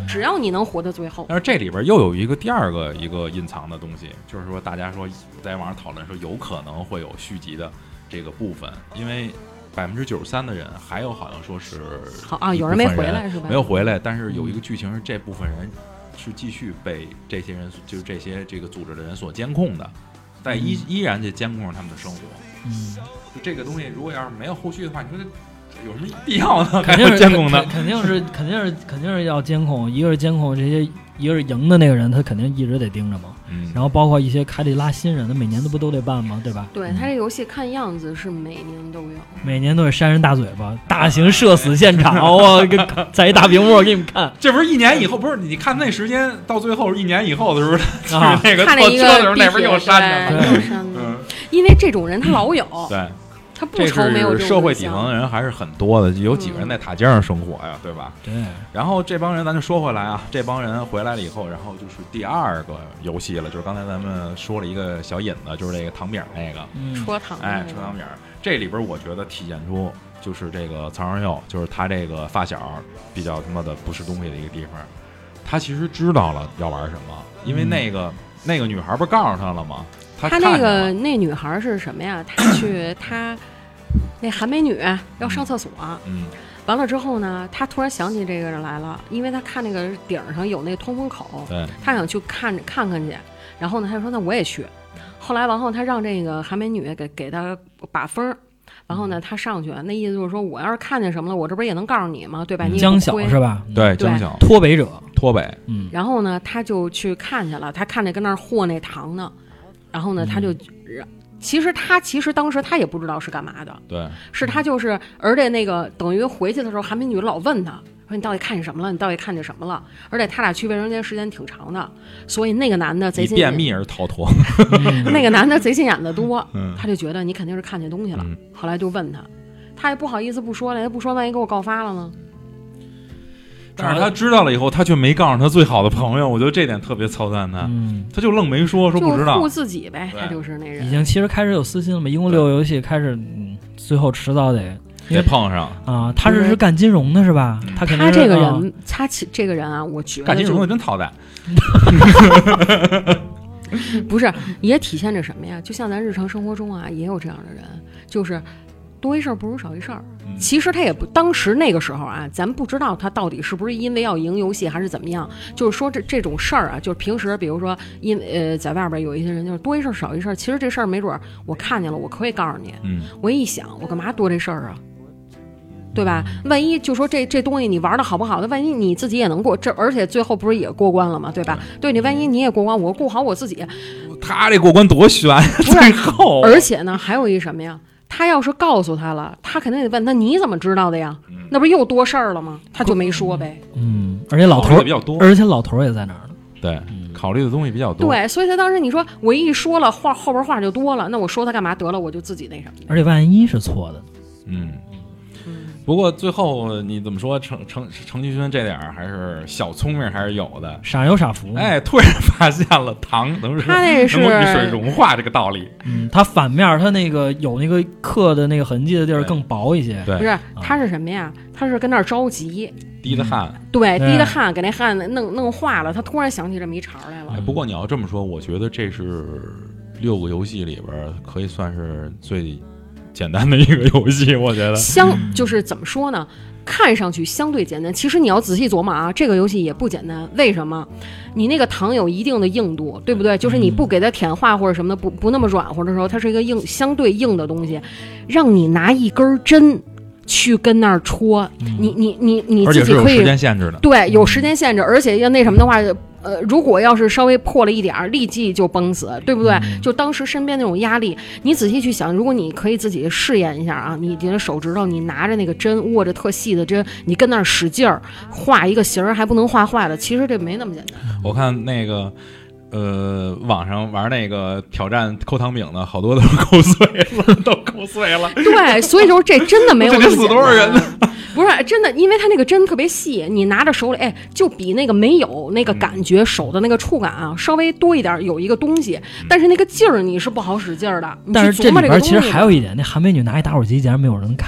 只要你能活到最后。 但是这里边又有第二个隐藏的东西，就是说大家说在网上讨论说有可能会有续集的这个部分，因为93%的人还有好像说是有人没回来是吧？ 没有回来，但是有一个剧情是这部分人是继续被这些人，就是这些这个组织的人所监控的，但依然在监控着他们的生活。就这个东西如果要是没有后续的话，你说有什么必要呢？还要监控呢？ 肯定是要监控，一个是监控这些，一个是赢的那个人，他肯定一直得盯着嘛。然后包括一些还得拉新人的，每年不都得办吗？对吧？ 对，他这游戏看样子是每年都有， 每年都有扇人大嘴巴、大型社死现场，我在一大屏幕我给你们看。 这不是1年以后，不是你看那时间到最后是1年以后的时候， 啊， 那个看了一个的时候那边又删着了， 因为这种人他老有。 对。 他不愁没有这种社会底层的人还是很多的，有几个人在塔尖上生活呀，对吧？ 对。 然后这帮人，咱就说回来啊，这帮人回来了以后，然后就是第二个游戏了，就是刚才咱们说了一个小引子，就是这个糖饼那个， 戳糖， 戳糖饼。这里边我觉得体现出就是这个曹尚佑，就是他这个发小比较他妈的不是东西的一个地方，他其实知道了要玩什么，因为那个女孩不是告诉他了吗？ 他那女孩是什么呀？她那韩美女要上厕所，完了之后呢，她突然想起这个人来了，因为她看那个顶上有那个通风口，她想去看看去，然后呢，她就说那我也去。后来完后，她让这个韩美女给她把分，然后呢，她上去，那意思就是说，我要是看见什么了，我这不是也能告诉你吗？对吧？你江小是吧？ 对，江小脱北者， 脱北。 然后呢，她就去看去了，她看着跟那儿和那糖呢。然后呢，他就，其实当时他也不知道是干嘛的， 对， 是他就是，而且那个等于回去的时候，韩美女老问他说你到底看见什么了？你到底看见什么了？而且他俩去卫生间时间挺长的，所以那个男的贼心眼， 便秘而逃脱， 那个男的贼心眼子多，他就觉得你肯定是看见东西了，后来就问他，他也不好意思不说了，不说万一给我告发了呢。 但是他知道了以后，他却没告诉他最好的朋友，我觉得这点特别操蛋他，他就愣没说不知道， 就护自己呗，他就是那人。 已经其实开始有私心了嘛，一共6个游戏开始，最后迟早得碰上啊。他是干金融的是吧？他这个人，他这个人啊，我觉得干金融的真操蛋。 不是，也体现着什么呀？就像咱日常生活中啊，也有这样的人，就是多一事不如少一事儿。其实他也不，当时那个时候啊，咱不知道他到底是不是因为要赢游戏还是怎么样。就是说这种事儿啊，就是平时比如说在外边有一些人就是多一事少一事，其实这事儿没准我看见了，我可以告诉你。我一想，我干嘛多这事儿啊？对吧？万一就说这东西你玩的好不好的，万一你自己也能过，而且最后不是也过关了吗？对吧？对，你万一你也过关，我顾好我自己。 他这过关多悬呀！最后， 而且呢，还有一什么呀？他要是告诉他了，他肯定得问，那你怎么知道的呀？那不是又多事儿了吗？他就没说呗。 而且老头比较多， 而且老头也在那儿呢。 对，考虑的东西比较多。 对，所以他当时你说我一说了话，后边话就多了，那我说他干嘛得了？我就自己那什么。 而且万一是错的， 不过最后你怎么说，程继勋这点还是小聪明还是有的， 傻有傻福。 哎，突然发现了糖能够与水融化这个道理。 他反面他那个有那个刻的那个痕迹的地儿更薄一些。 对， 不是他是什么呀？他是跟那儿着急， 滴的汗。 对，滴的汗给那汗弄化了，他突然想起这么一茬来了。 不过你要这么说，我觉得这是6个游戏里边可以算是最简单的一个游戏，我觉得就是怎么说呢？看上去相对简单，其实你要仔细琢磨啊，这个游戏也不简单。为什么？你那个糖有一定的硬度，对不对？就是你不给它舔化或者什么的，不那么软和的时候，它是一个相对硬的东西，让你拿一根针去跟那儿戳，你自己可以，而且是有时间限制的， 对，有时间限制，而且要那什么的话。如果要是稍微破了一点，立即就崩死，对不对？就当时身边那种压力，你仔细去想，如果你可以自己试验一下啊，你的手指头，你拿着那个针，握着特细的针，你跟那儿使劲儿画一个形儿，还不能画坏了，其实这没那么简单。 我看那个网上玩那个挑战抠糖饼的，好多都抠碎了，都抠碎了。 对，所以说这真的没有那么简单。 这得死多少人呢？ 不是真的，因为它那个针特别细，你拿着手里，就比那个没有那个感觉，手的那个触感啊，稍微多一点，有一个东西，但是那个劲儿你是不好使劲儿的。 但是这里边其实还有一点，那韩美女拿一打火机，竟然没有人看见她。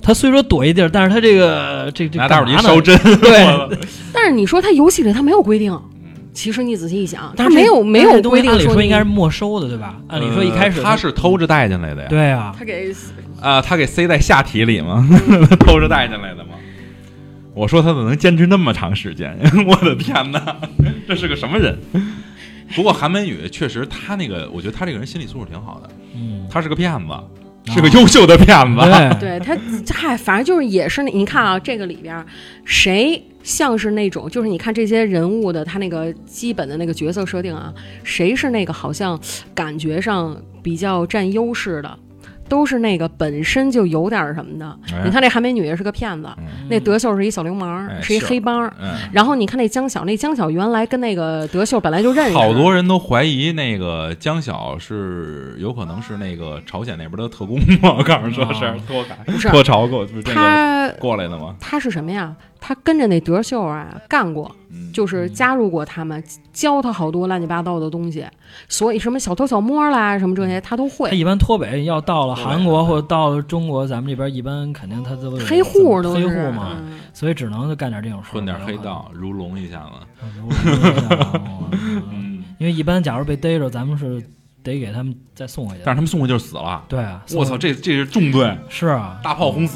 他虽说躲一地儿，但是他这拿打火机干嘛呢烧针， 对。 但是你说他游戏里他没有规定，其实你仔细一想，他但是没有规定按理说你应该是没收的，对吧？按理说一开始他是偷着带进来的呀。 对啊， 他给塞在下体里吗？偷着带进来的吗？我说他怎么能坚持那么长时间？我的天哪，这是个什么人？不过韩美宇确实，他那个，我觉得他这个人心理素质挺好的。他是个骗子，是个优秀的骗子。 对他，反正就是也是你看啊，这个里边谁像是那种，就是你看这些人物的他那个基本的那个角色设定啊，谁是那个好像感觉上比较占优势的。都是那个本身就有点什么的，你看那韩美女也是个骗子，那德秀是一小流氓，是一黑帮。然后你看那江晓原来跟那个德秀本来就认识， 好多人都怀疑那个江晓是有可能是那个朝鲜那边的特工嘛，我告诉说是脱朝过来的吗？ 他是什么呀？他跟着那德秀啊干过，就是加入过他们，教他好多乱七八糟的东西，所以什么小偷小摸啦什么这些他都会。 他一般脱北要到了韩国或者到了中国，咱们这边一般肯定他都黑户嘛，所以只能就干点这种事， 混点黑道，如龙一下子。 因为一般假如被逮着，咱们是得给他们再送回去， 但是他们送回去就死了。 对啊， 我操，这是重罪。 是啊， 大炮轰死。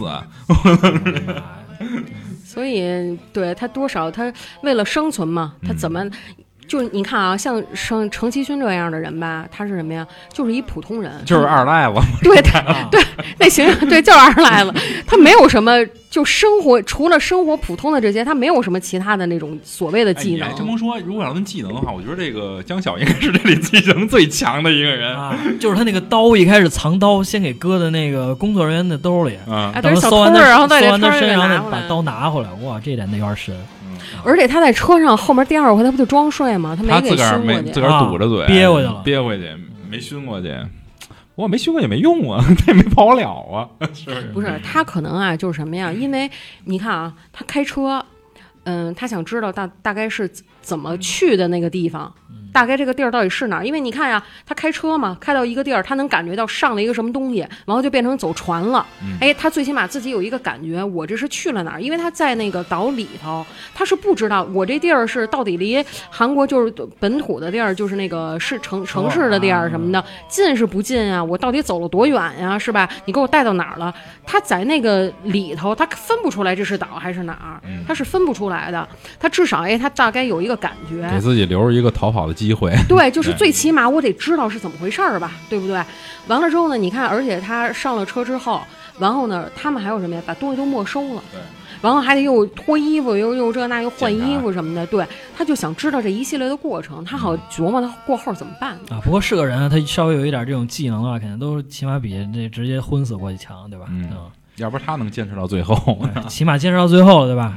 所以对他多少他为了生存嘛，他怎么就是你看啊，像程其勋这样的人吧，他是什么呀？就是一普通人， 就是二赖子。 对，对，那行，对，就是二赖子。他没有什么，就生活除了生活普通的这些，他没有什么其他的那种所谓的技能。 这么说，如果要论技能的话，我觉得这个江晓应该是这里技能最强的一个人啊。就是他那个刀，一开始藏刀，先给搁在那个工作人员的兜里， 等他搜完他身，然后再把刀拿回来。哇，这点那有点深。 而且他在车上后面第二回他不就装睡吗？他没给熏过去， 自个儿堵着嘴憋回去了， 憋回去没熏过去。我没熏过也没用啊，他也没跑了啊，是不是？他可能啊，就是什么呀？因为你看啊，他开车，他想知道大概是怎么去的那个地方。大概这个地儿到底是哪儿？因为你看呀，他开车嘛，开到一个地儿，他能感觉到上了一个什么东西，然后就变成走船了。他最起码自己有一个感觉，我这是去了哪儿？因为他在那个岛里头，他是不知道我这地儿是到底离韩国就是本土的地儿，就是那个城市的地儿什么的，近是不近啊？我到底走了多远呀？是吧？你给我带到哪儿了？他在那个里头，他分不出来这是岛还是哪儿，他是分不出来的。他至少他大概有一个感觉， 给自己留着一个逃跑的机会。 对，就是最起码我得知道是怎么回事儿吧，对不对？完了之后呢，你看，而且他上了车之后，然后呢，他们还有什么呀？把东西都没收了， 对， 然后还得又脱衣服，又这那又换衣服什么的，对，他就想知道这一系列的过程，他好琢磨他过后怎么办啊。不过是个人，他稍微有一点这种技能的话，肯定都起码比这直接昏死过去强，对吧？ 要不然他能坚持到最后， 起码坚持到最后了，对吧？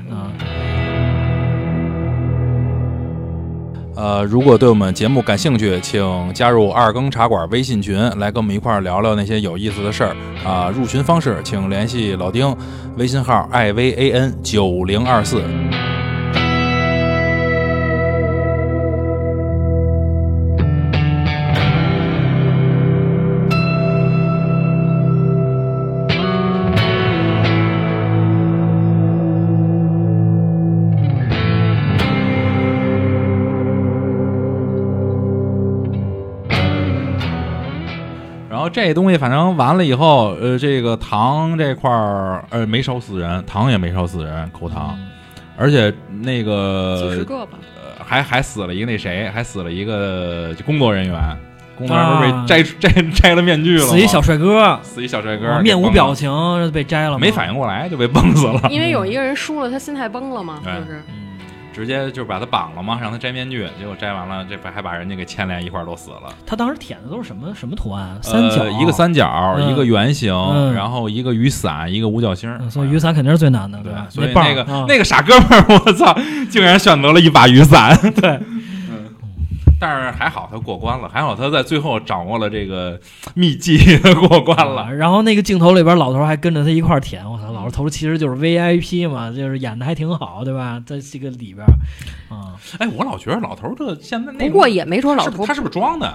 如果对我们节目感兴趣，请加入二更茶馆微信群，来跟我们一块儿聊聊那些有意思的事儿啊。入群方式请联系老丁，微信号 IVAN9024。这东西反正完了以后，这个糖这块儿，没烧死人，糖也没烧死人，口糖，而且那个几十个吧， 还死了一个那谁，还死了一个工作人员，工作人员被摘了面具了， 死一小帅哥，面无表情被摘了， 没反应过来就被崩死了， 因为有一个人输了，他心态崩了嘛，就是。 直接就把他绑了嘛，让他摘面具，结果摘完了，这还把人家给牵连一块儿都死了。 他当时舔的都是什么图案？三角， 一个三角，一个圆形，然后一个雨伞，一个五角星。 所以雨伞肯定是最难的， 对吧？所以那个傻哥们儿，我操，竟然选择了一把雨伞。 对。 但是还好他过关了，还好他在最后掌握了这个秘技过关了。 然后那个镜头里边，老头还跟着他一块儿舔。我操，老头其实就是 VIP 嘛，就是演的还挺好，对吧？在这个里边， 我老觉得老头这现在不过也没说老头他是不是装的？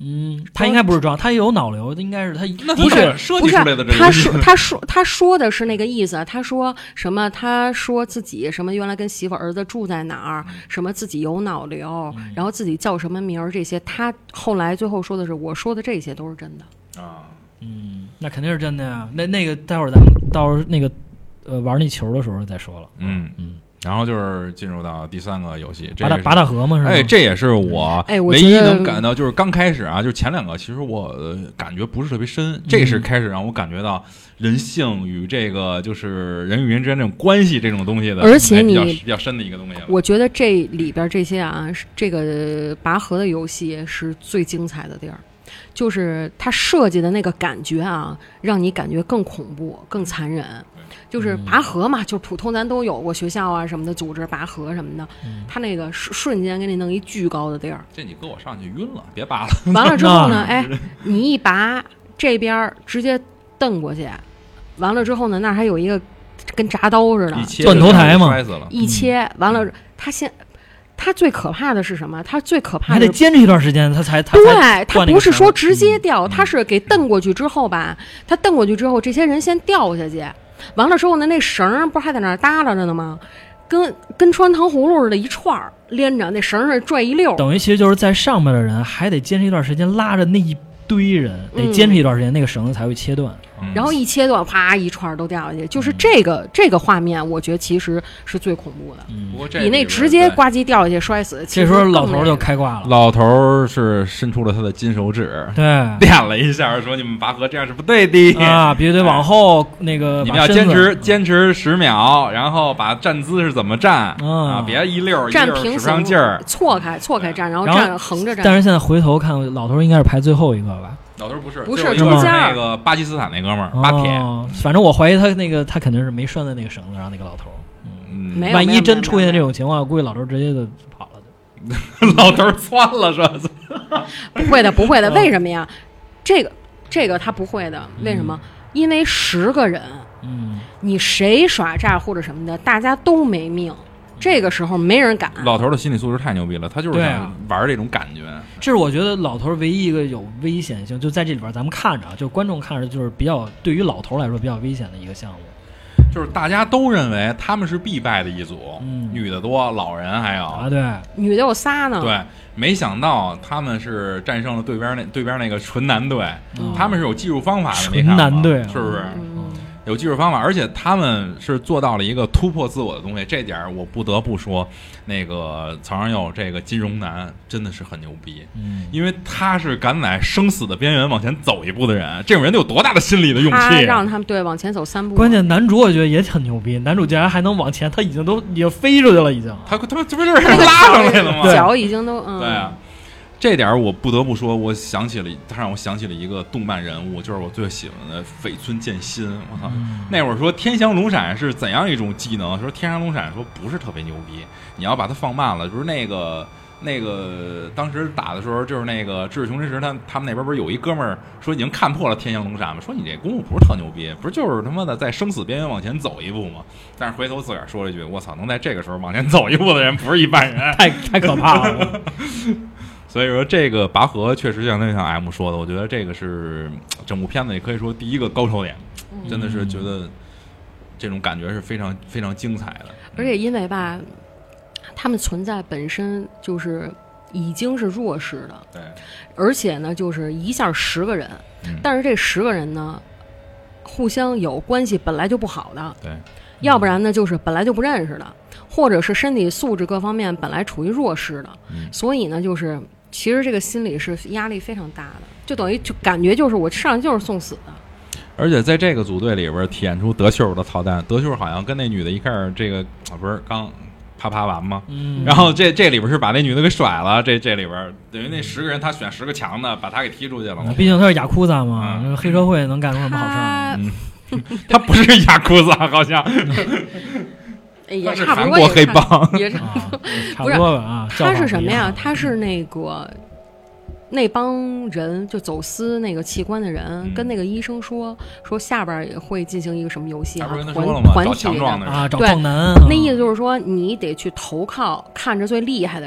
他应该不是装，他有脑瘤，应该是他不是设计出来的这个游戏。 他说的是那个意思，他说什么？他说自己什么原来跟媳妇儿子住在哪儿，什么自己有脑瘤，然后自己叫什么名儿，这些他后来最后说的是我说的这些都是真的啊。 那肯定是真的呀。那个待会儿咱们到时候那个玩那球的时候再说了。 然后就是进入到第3个游戏， 拔大河嘛，是吧？ 这也是我唯一能感到，就是刚开始啊，就是前2个，其实我感觉不是特别深，这是开始让我感觉到人性与这个就是人与人之间这种关系这种东西的， 而且你比较深的一个东西。 我觉得这里边这些啊，这个拔河的游戏是最精彩的地儿。就是它设计的那个感觉啊，让你感觉更恐怖、更残忍。就是拔河嘛，就普通咱都有过学校啊什么的组织拔河什么的，它那个瞬间给你弄一巨高的地儿。 这你搁我上去晕了，别拔了。 完了之后呢，你一拔这边直接蹬过去，完了之后呢，那还有一个跟铡刀似的断头台嘛， 一切完了，他最可怕的是什么？他最可怕的还得坚持一段时间，他对，他不是说直接掉，他是给蹬过去之后吧，他蹬过去之后，这些人先掉下去，完了之后呢，那绳不是还在那儿耷拉着呢吗？跟穿糖葫芦似的，一串连着，那绳上拽一溜。 等于其实就是在上面的人还得坚持一段时间，拉着那一堆人，得坚持一段时间，那个绳子才会切断。 然后一切断，啪，一串都掉下去，就是这个画面，我觉得其实是最恐怖的，比那直接呱唧掉下去摔死。 这时候老头就开挂了， 老头是伸出了他的金手指， 对， 点了一下，说：“你们拔河这样是不对的啊，必须得往后那个， 你们要坚持10秒，然后把站姿是怎么站啊？别一溜站平使不上劲儿， 错开站，然后站横着站。 但是现在回头看，老头应该是排最后一个吧？” 老头不是中间那个巴基斯坦那哥们儿巴铁， 反正我怀疑他肯定是没拴在那个绳子上，那个老头。万一真出现这种情况，估计老头直接就跑了。 老头窜了是吧？ 不会的，为什么呀？这个他不会的，为什么？因为10个人，你谁耍诈或者什么的，大家都没命。这个时候没人敢。 老头的心理素质太牛逼了，他就是想玩这种感觉。 这是我觉得老头唯一一个有危险性，就在这里边咱们看着，就观众看着，就是比较对于老头来说比较危险的一个项目。 就是大家都认为他们是必败的一组，女的多，老人还有啊，对， 女的有仨呢。 对，没想到他们是战胜了对边那个纯男队，他们是有技术方法的，没看纯男队是不是？有技术方法，而且他们是做到了一个突破自我的东西，这点我不得不说，那个曹尚佑这个金融男真的是很牛逼，因为他是敢在生死的边缘往前走一步的人，这种人得有多大的心理的勇气， 他让他们往前走3步。 关键男主我觉得也很牛逼，男主竟然还能往前，他已经飞出去了，已经， 他这不就是拉上来了吗？ 脚已经都对啊。这点我不得不说，他让我想起了一个动漫人物，就是我最喜欢的绯村剑心。我操，那会儿说天翔龙闪是怎样一种技能？说天翔龙闪说不是特别牛逼，你要把它放慢了。就是那个当时打的时候，就是那个智雄之时，他们那边不是有一哥们儿说已经看破了天翔龙闪吗？说你这功夫不是特牛逼，不是就是他妈的在生死边缘往前走一步吗？但是回头自个儿说了一句：“我操，能在这个时候往前走一步的人不是一般人， 太可怕了。” 所以说这个拔河确实像 M 说的，我觉得这个是整部片子也可以说第一个高潮点，真的是觉得这种感觉是非常非常精彩的。 而且因为吧，他们存在本身就是已经是弱势的， 对， 而且呢就是一下10个人，但是这10个人呢互相有关系本来就不好的， 对， 要不然呢就是本来就不认识的，或者是身体素质各方面本来处于弱势的，所以呢就是其实这个心理是压力非常大的，就等于就感觉就是我上来就是送死的。 而且在这个组队里边体现出德秀的操蛋，德秀好像跟那女的一开始这个不是刚啪完吗？然后这里边是把那女的给甩了，这里边等于那10个人他选10个强的，把他给踢出去了嘛。 毕竟他是雅库扎嘛，黑社会能干出什么好事他不是雅库扎，好像。 也差不多， 韩国黑帮也差不多吧啊。 他是什么呀？他是那帮人就走私那个器官的人，跟那个医生说下边也会进行一个什么游戏啊，团体啊，找壮男。 那意思就是说你得去投靠看着最厉害的人，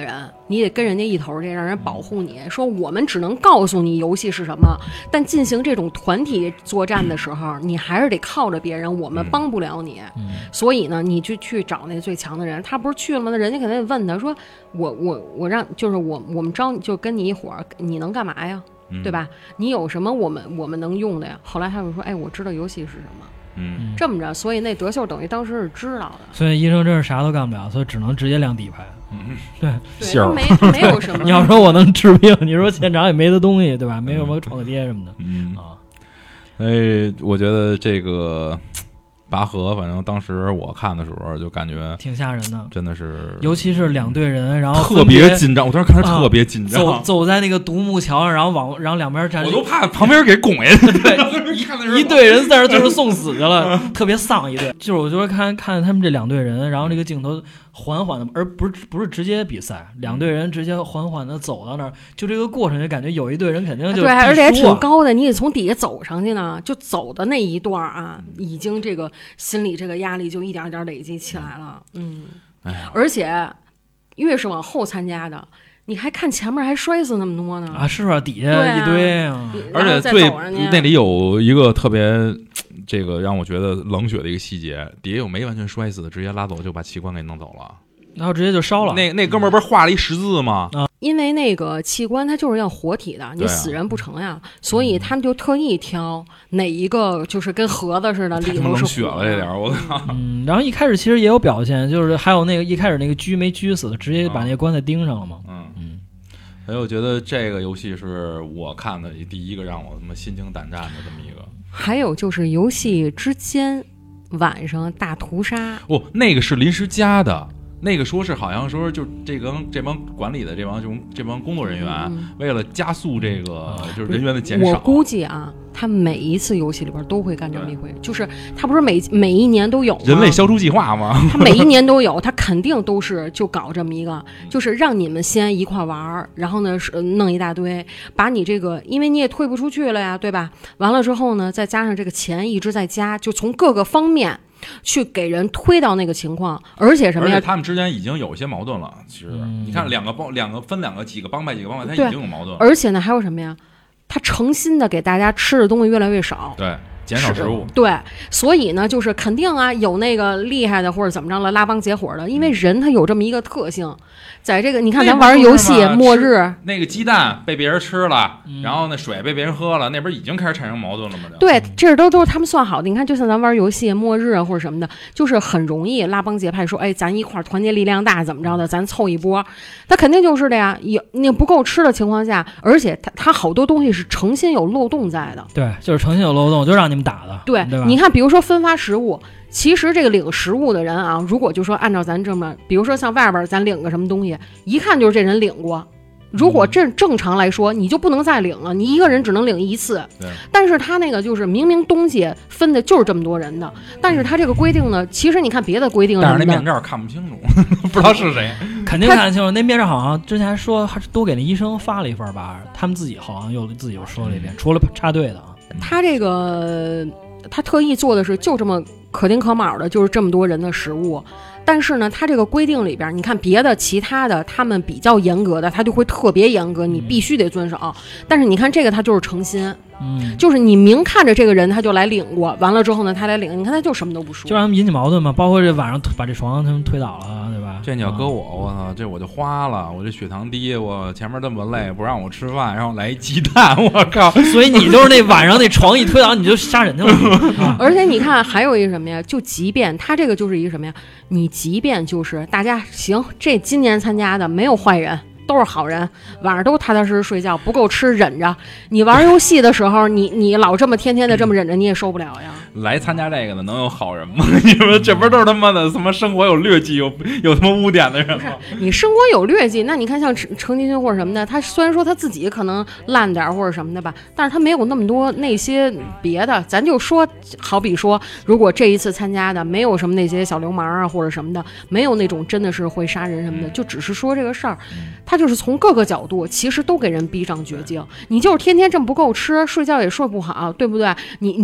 你得跟人家一头去，让人保护你。说我们只能告诉你游戏是什么，但进行这种团体作战的时候，你还是得靠着别人，我们帮不了你。所以呢，你就去找那最强的人。他不是去了吗？那人家肯定得问他说，我让就是我们招就跟你一伙儿，你能干嘛呀？对吧？你有什么我们能用的呀？后来他就说，哎，我知道游戏是什么。这么着，所以那德秀等于当时是知道的。 所以医生真是啥都干不了，所以只能直接亮底牌。对， 他没有什么。 你要说我能治病，你说现场也没的东西，对吧？没有什么创可贴什么的。 我觉得这个拔河，反正当时我看的时候就感觉挺吓人的， 真的是， 尤其是2队人，然后特别紧张。我当时看着特别紧张， 走在那个独木桥上，然后两边站， 我都怕旁边给拱下去。对， 一队人在那就是送死去了，特别丧一队。就是我觉得看他们这2队人，然后这个镜头缓缓的，而不是直接比赛，2队人直接缓缓的走到那儿，就这个过程就感觉有一队人肯定就对，而且还挺高的，你得从底下走上去呢，就走的那一段啊，已经这个心理这个压力就一点点累积起来了。而且越是往后参加的，你还看前面还摔死那么多呢啊！是吧？底下一堆啊！ 而且那里有一个特别这个让我觉得冷血的一个细节，底下有没完全摔死的，直接拉走就把器官给弄走了， 然后直接就烧了。 那哥们儿不是画了一十字吗？ 因为那个器官它就是要活体的，你死人不成呀，所以他们就特意挑哪一个就是跟盒子似的，里头是血了这点，我靠！ 然后一开始其实也有表现，就是还有那个一开始那个没狙死的，直接把那个棺材钉上了嘛。 所以我觉得这个游戏是我看的第一个让我他妈心惊胆战的这么一个。 还有就是游戏之间晚上大屠杀， 那个是临时加的。那个说是好像说就这帮管理的这帮工作人员，为了加速这个就是人员的减少， 我估计啊，他每一次游戏里边都会干这么一回，就是他不是每一年都有吗？ 人类消除计划吗？ 他每一年都有，他肯定都是就搞这么一个，就是让你们先一块玩，然后呢弄一大堆，把你这个，因为你也退不出去了呀，对吧？完了之后呢，再加上这个钱一直在加，就从各个方面去给人推到那个情况，而且什么呀？ 而且他们之间已经有一些矛盾了。其实你看，几个帮派，他已经有矛盾了。 而且呢，还有什么呀？他诚心的给大家吃的东西越来越少， 对，减少食物。 对，所以呢，就是肯定啊，有那个厉害的或者怎么着了，拉帮结伙的，因为人他有这么一个特性，在这个你看咱玩游戏末日， 那个鸡蛋被别人吃了，然后那水被别人喝了，那边已经开始产生矛盾了嘛？ 对，这都是他们算好的。你看，就像咱玩游戏末日啊或者什么的，就是很容易拉帮结派，说哎，咱一块团结力量大，怎么着的，咱凑一波，那肯定就是的呀。有你不够吃的情况下，而且他好多东西是诚心有漏洞在的。 对，就是诚心有漏洞，就让你们打的。 对，你看，比如说分发食物。其实这个领食物的人啊，如果就说按照咱这么，比如说像外边咱领个什么东西，一看就是这人领过。如果这正常来说，你就不能再领了，你一个人只能领一次。但是他那个就是明明东西分的就是这么多人的，但是他这个规定呢，其实你看别的规定， 但是那面罩看不清楚，不知道是谁。 肯定看得清楚，那面罩好像之前说还是多给那医生发了一份吧，他们自己好像又说了一遍，除了插队的啊。 他这个他特意做的是就这么可丁可卯的，就是这么多人的食物。但是呢，他这个规定里边，你看别的其他的他们比较严格的，他就会特别严格，你必须得遵守。但是你看这个他就是诚心，就是你明看着这个人他就来领过，完了之后呢他来领，你看他就什么都不说， 就让他们引起矛盾嘛。包括这晚上把这床他们推倒了，对吧？ 这你要搁我操，这我就花了，我这血糖低，我前面这么累，不让我吃饭，然后来一鸡蛋，我靠！ 所以你就是那晚上那床一推倒你就杀人去了。 而且你看还有一个什么呀？就即便他这个就是一个什么呀？你即便就是大家行，这今年参加的没有坏人，都是好人，晚上都踏踏实实睡觉，不够吃忍着。你玩游戏的时候，你老这么天天的这么忍着，你也受不了呀。 来参加这个的能有好人吗？你说这不都是他妈的什么生活有劣迹有他妈污点的人吗？ 你生活有劣迹，那你看像程金勋或者什么的，他虽然说他自己可能烂点或者什么的吧，但是他没有那么多那些别的。咱就说，好比说，如果这一次参加的没有什么那些小流氓啊或者什么的，没有那种真的是会杀人什么的，就只是说这个事儿，他就是从各个角度其实都给人逼上绝境。你就是天天这么不够吃，睡觉也睡不好，对不对？你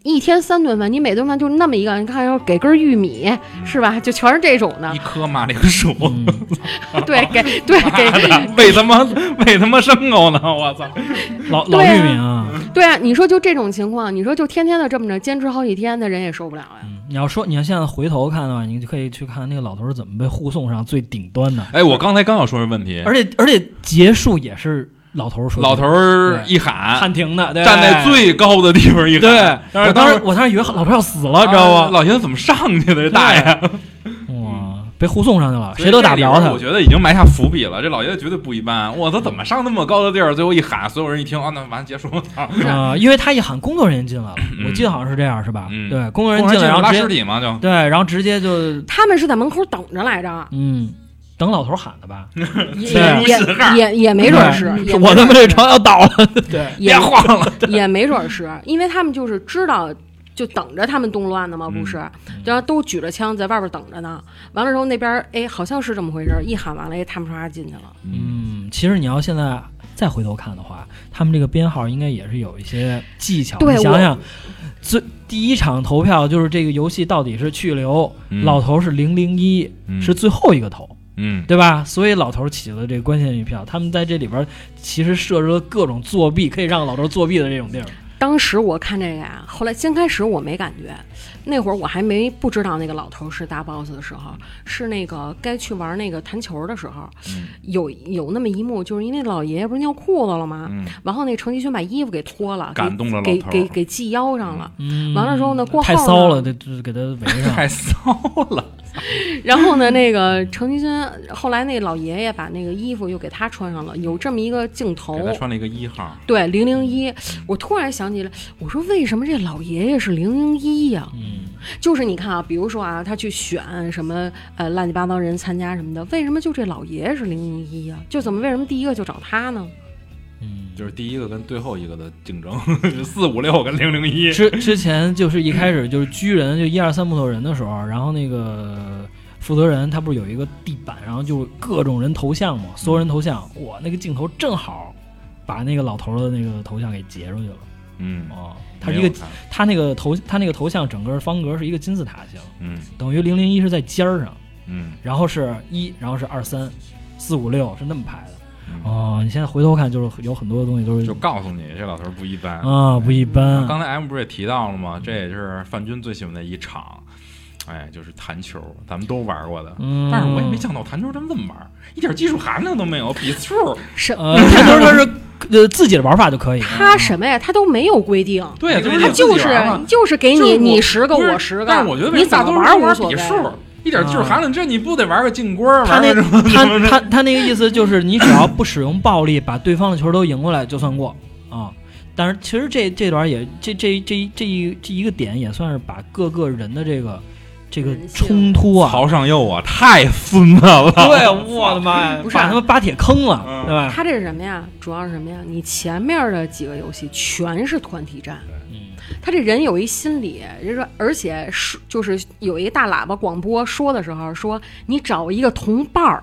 一天3顿饭，你每顿饭就那么一个，你看要给根玉米是吧？就全是这种的。 一颗马铃薯， 对，给喂他妈牲口呢！我操， 老玉米啊！ 对啊，你说就这种情况，你说就天天的这么着坚持好几天，那人也受不了呀。 你要现在回头看的话，你就可以去看那个老头怎么被护送上最顶端的。 哎，我刚才刚要说这问题， 而且结束也是。老头说：“ 老头一喊停的， 站在最高的地方一喊。 对，我当时以为老头要死了，知道吗？ 老爷子怎么上去的？这大爷， 哇，被护送上去了，谁都打不着他。 我觉得已经埋下伏笔了。这老爷子绝对不一般。我操，怎么上那么高的地儿？最后一喊，所有人一听，那完结束了。 因为他一喊，工作人员进来了，我记得好像是这样，是吧？对，工作人员进来，然后拉尸体嘛，就对，然后直接就他们是在门口等着来着。 等老头喊的吧， 也没准是， 我他妈这床要倒了，对， 别晃了， 也没准是因为他们就是知道，就等着他们动乱的嘛，不是？然后都举着枪在外边等着呢。完了之后那边好像是这么回事，一喊完了，他们唰进去了。 其实你要现在再回头看的话，他们这个编号应该也是有一些技巧。 对， 你想想，第一场投票就是这个游戏到底是去留，老头是001，是最后一个投。对吧？所以老头起了这个关键一票，他们在这里边其实设置了各种作弊，可以让老头作弊的这种地儿。 当时我看这个呀，后来先开始我没感觉，那会儿我还不知道那个老头是大 boss 的时候，是那个该去玩那个弹球的时候，有那么一幕，就是因为老爷爷不是尿裤子了吗？然后那程继轩把衣服给脱了， 感动了老头， 给系腰上了。完了之后呢，过后太骚了，就是给他围上， 太骚了。 然后呢，那个程继轩后来那老爷爷把那个衣服又给他穿上了，有这么一个镜头， 给他穿了一个1号， 对001。我突然想起来，我说为什么这老爷爷是001呀？就是你看啊，比如说啊，他去选什么乱七八糟人参加什么的，为什么就这老爷爷是001呀？就怎么为什么第一个就找他呢？ 就是第一个跟最后一个的竞争，456跟001。 之前就是一开始就是居人，就1、2、3木头人的时候，然后那个负责人他不是有一个地板，然后就各种人头像嘛，所有人头像，哇，那个镜头正好把那个老头的那个头像给截出去了。他是一个他那个头像整个方格是一个金字塔形，等于001是在尖儿上，然后是1，然后是2、3、4、5、6是那么排的。你现在回头看，就是有很多的东西都是就告诉你这老头不一般啊，不一般。 刚才 M 不是也提到了吗？这也是范军最喜欢的一场，就是弹球，咱们都玩过的。但是我也没想到弹球这么玩，一点技术含量都没有，比数。 弹球它是自己的玩法就可以。 他什么呀？他都没有规定。 对， 他就是给你10个，我10个。 但是我觉得你怎么玩无所谓。 比数。一点技术含量，这你不得玩个进锅？ 他那个意思就是，你只要不使用暴力，把对方的球都赢过来就算过啊。但是其实这段也这一个点也算是把各个人的这个冲突啊， 曹尚佑啊，太孙子了。 对，我的妈呀，把他们扒铁坑了，对吧？ 他这是什么呀？主要是什么呀？你前面的几个游戏全是团体战。他这人有一心理，而且就是有一个大喇叭广播说的时候说，你找一个同伴儿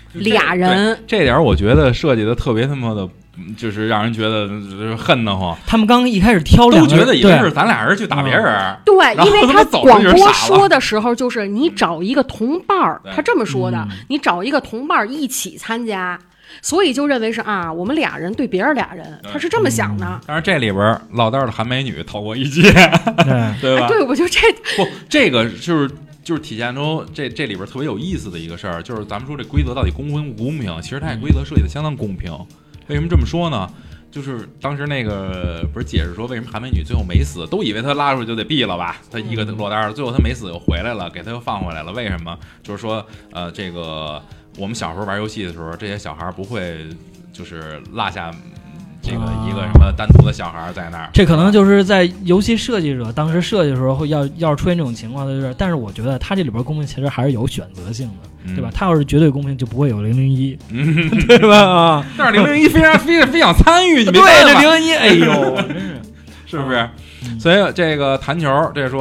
，2人。 这点我觉得设计的特别他妈的，就是让人觉得恨得慌。 他们刚一开始挑两个人， 都觉得以为是咱俩人去打别人。 对，因为他广播说的时候就是你找一个同伴儿，他这么说的，你找一个同伴儿一起参加。所以就认为是我们2人对别人2人，他是这么想的。 但是这里边落单的韩美女逃过一劫，对吧？ 对，我就这个就是体现出这里边特别有意思的一个事儿，就是咱们说这规则到底公平不公平？其实它这规则设计的相当公平。为什么这么说呢？就是当时那个不是解释说为什么韩美女最后没死，都以为她拉出去就得毙了吧，她一个落单了，最后她没死又回来了，给她又放回来了。为什么？就是说这个我们小时候玩游戏的时候，这些小孩不会就是落下这个一个什么单独的小孩在那儿。 这可能就是在游戏设计者当时设计的时候要是出现这种情况，就是但是我觉得他这里边公平其实还是有选择性的，对吧？他要是绝对公平就不会有001，对吧？ 但是001非想参与，你对这001，哎呦， 真是不是？所以这个弹球，这说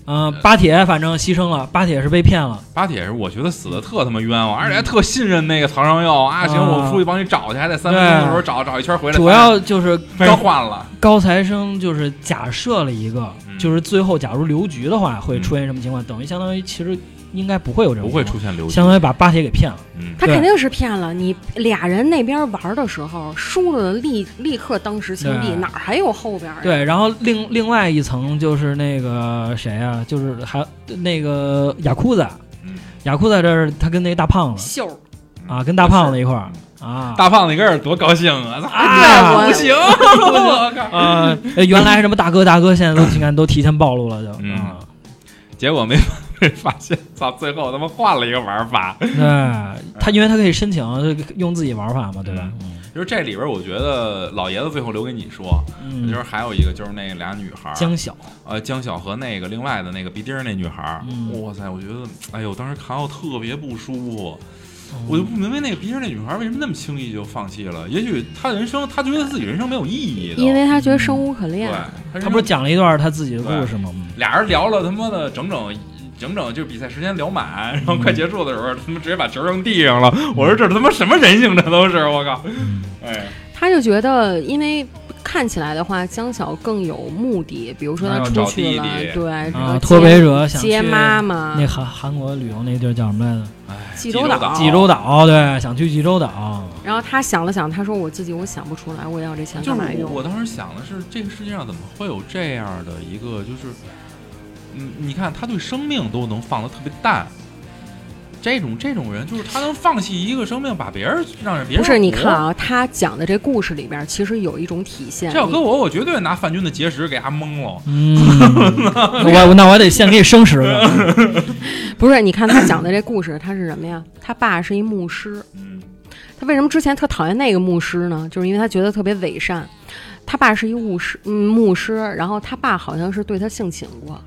巴铁反正牺牲了，巴铁是被骗了。 巴铁是我觉得死的特他妈冤枉，而且还特信任那个曹尚佑啊。行，我出去帮你找去，还得3分钟的时候找一圈回来。 主要就是被换了。 高材生就是假设了一个，就是最后假如留局的话会出现什么情况，等于相当于其实应该不会有这种， 不会出现留局， 相当于把巴铁给骗了。 他肯定是骗了你。俩人那边玩的时候输了立刻当时枪毙，哪还有后边？ 对，然后另外一层就是那个谁啊，就是还那个雅库子，雅库子这儿他跟那大胖子秀啊，跟大胖子一块儿啊， 大胖子一个人多高兴啊！ 对， 不行，我靠！原来什么大哥，现在都你看都提前暴露了就， 结果没发现，操！最后他妈换了一个玩法。 对，他因为他可以申请用自己玩法嘛，对吧？ 就是这里边，我觉得老爷子最后留给你说，就是还有一个就是那俩女孩， 江晓， 江晓和那个另外的那个鼻钉那女孩，哇塞！我觉得，哎呦，当时看我特别不舒服。我就不明白那个鼻钉那女孩为什么那么轻易就放弃了。也许她的人生，她觉得自己人生没有意义的， 因为她觉得生无可恋。 对， 她不是讲了一段她自己的故事吗？ 俩人聊了他妈的整就是比赛时间聊满，然后快结束的时候，他们直接把球扔地上了。我说这他妈什么人性，这都是我靠！哎， 他就觉得，因为看起来的话，江晓更有目的，比如说他出去了，对， 脱北者想接妈妈。 那韩国旅游那地儿叫什么来着？ 济州岛。 济州岛，对，想去济州岛。 然后他想了想，他说：“我自己我想不出来，我要这钱干嘛用？” 我当时想的是，这个世界上怎么会有这样的一个，就是。你看他对生命都能放得特别淡，这种人就是他能放弃一个生命，把别人让别人不是。你看啊，他讲的这故事里边其实有一种体现。 这要搁我绝对拿范军的结石给他蒙了。 那我得先给你生10个。 不是，你看他讲的这故事，他是什么呀？他爸是一牧师。他为什么之前特讨厌那个牧师呢？就是因为他觉得特别伪善。他爸是一牧师，然后他爸好像是对他性侵过。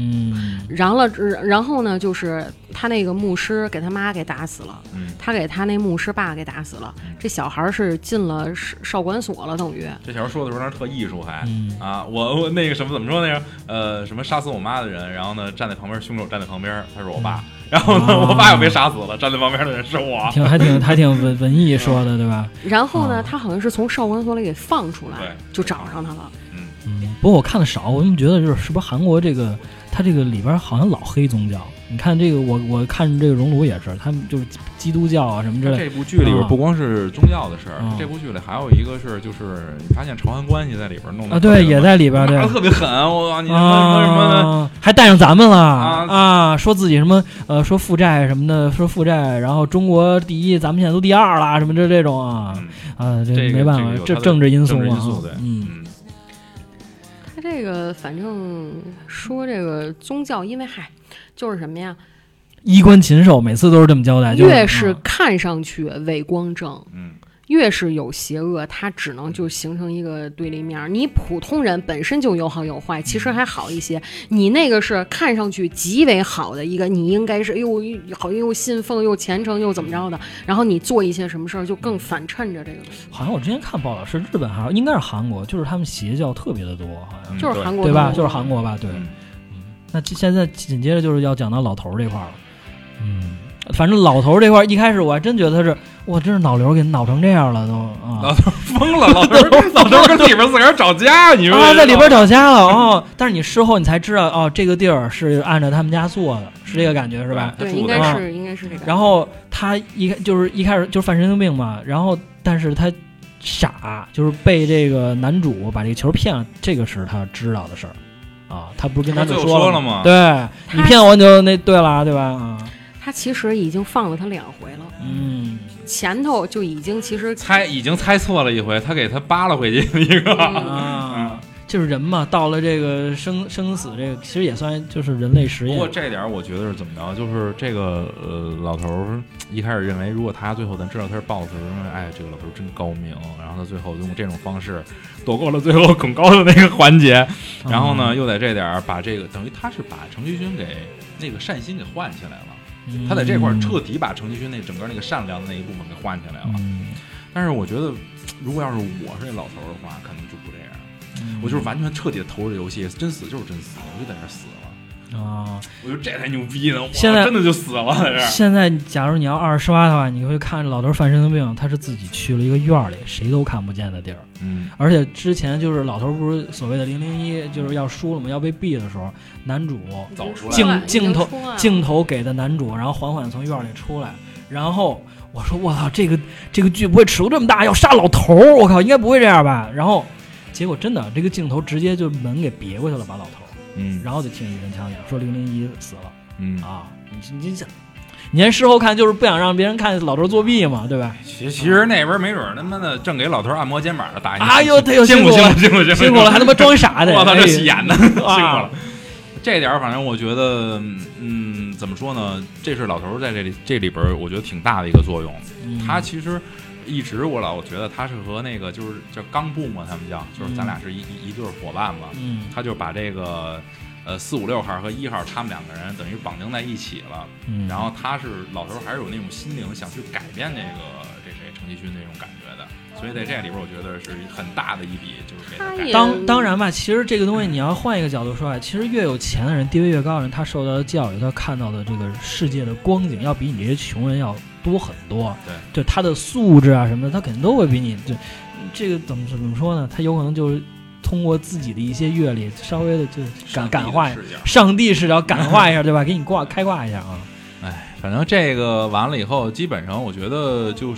然后呢，就是他那个牧师给他妈给打死了，他给他那牧师爸给打死了。这小孩是进了少管所了，等于。 这小孩说的时候，他特艺术还，我那个什么怎么说那个什么杀死我妈的人，然后呢站在旁边，凶手站在旁边，他是我爸。然后呢，我爸又被杀死了，站在旁边的人是我。 还挺文艺说的，对吧？ 然后呢，他好像是从少管所里给放出来，就找上他了。 不过我看的少，我怎么觉得是不是韩国这个他这个里边好像老黑宗教？你看这个，我看这个熔炉也是，他们就是基督教啊什么之类的。 这部剧里边不光是宗教的事儿，这部剧里还有一个是，就是你发现朝韩关系在里边弄的对，也在里边，对， 特别狠。我你什么还带上咱们了说自己什么说负债什么的，说负债，然后中国第一，咱们现在都第2啦，什么这种这没办法，这政治因素嘛， 对， 他这个反正说这个宗教，因为就是什么呀？ 衣冠禽兽，每次都是这么交代。 越是看上去伟光正，越是有邪恶，它只能就形成一个对立面。你普通人本身就有好有坏，其实还好一些。你那个是看上去极为好的一个，你应该是又信奉又虔诚又怎么着的，然后你做一些什么事儿就更反衬着这个。 好像我之前看报道是日本还是应该是韩国，就是他们邪教特别的多，好像就是韩国对吧？就是韩国吧？对。那现在紧接着就是要讲到老头这块了。反正老头这块一开始我还真觉得他是，哇，真是脑瘤给脑成这样了都老头疯了，老头跟里边自个儿找家，你说在里边找家了但是你事后你才知道这个地儿是按照他们家做的，是这个感觉是吧？ 对，应该是这个。 然后他一开始就是犯神经病嘛，然后但是他傻，就是被这个男主把这个球骗了，这个是他知道的事儿他不是跟男主说了吗？ 对，你骗我你就那对了，对吧？ 他其实已经放了他2回了，前头就已经其实已经猜错了一回，他给他扒拉回去一个就是人嘛，到了这个生死这个，其实也算就是人类实验。 不过这点我觉得是怎么着，就是这个老头一开始认为，如果他最后咱知道他是 BOSS， 这个老头真高明，然后他最后用这种方式躲过了最后恐高的那个环节，然后呢又在这点把这个等于他是把程旭勋给那个善心给唤起来了。他在这块彻底把程旭勋那整个那个善良的那一部分给唤起来了。但是我觉得，如果要是我是那老头的话，可能就不这样。我就是完全彻底的投入这游戏，真死就是真死，我就在那死了。 啊！ 我觉得这才牛逼呢， 现在真的就死了在这儿。 现在假如你要2刷的话，你会看老头犯神经病，他是自己去了一个院里谁都看不见的地儿。而且之前就是老头不是所谓的001，就是要输了嘛，要被毙的时候，男主走出来镜头给的男主，然后缓缓从院里出来，然后我说我操，这个剧不会尺度这么大，要杀老头，我靠，应该不会这样吧？然后结果真的这个镜头直接就门给别过去了，把老头。然后就听一人枪响，说001死了。你先事后看，就是不想让别人看老头作弊嘛，对吧？ 其实那边没准他妈的正给老头按摩肩膀的大爷。 哎呦，他又辛苦了，还他妈装傻的。 我操，这戏演的辛苦了。这点反正我觉得，怎么说呢？这是老头在这里边，我觉得挺大的一个作用。他其实一直我觉得他是和那个就是叫刚布嘛，他们叫就是咱俩是一对伙伴嘛。他就把这个4、5、6号和1号他们2个人等于绑定在一起了。然后老头还是有那种心灵想去改变这谁程继勋那种感觉的。所以在这里边，我觉得是很大的一笔，就是给他改。 当然吧，其实这个东西你要换一个角度说，其实越有钱的人，地位越高的人，他受到的教育，他看到的这个世界的光景，要比你这些穷人要多很多。对，就他的素质啊什么的，他肯定都会比你。就这个怎么说呢？他有可能就是通过自己的一些阅历，稍微的就感化一下，上帝视角感化一下，对吧？给你开挂一下啊！ 哎，反正这个完了以后，基本上我觉得就是。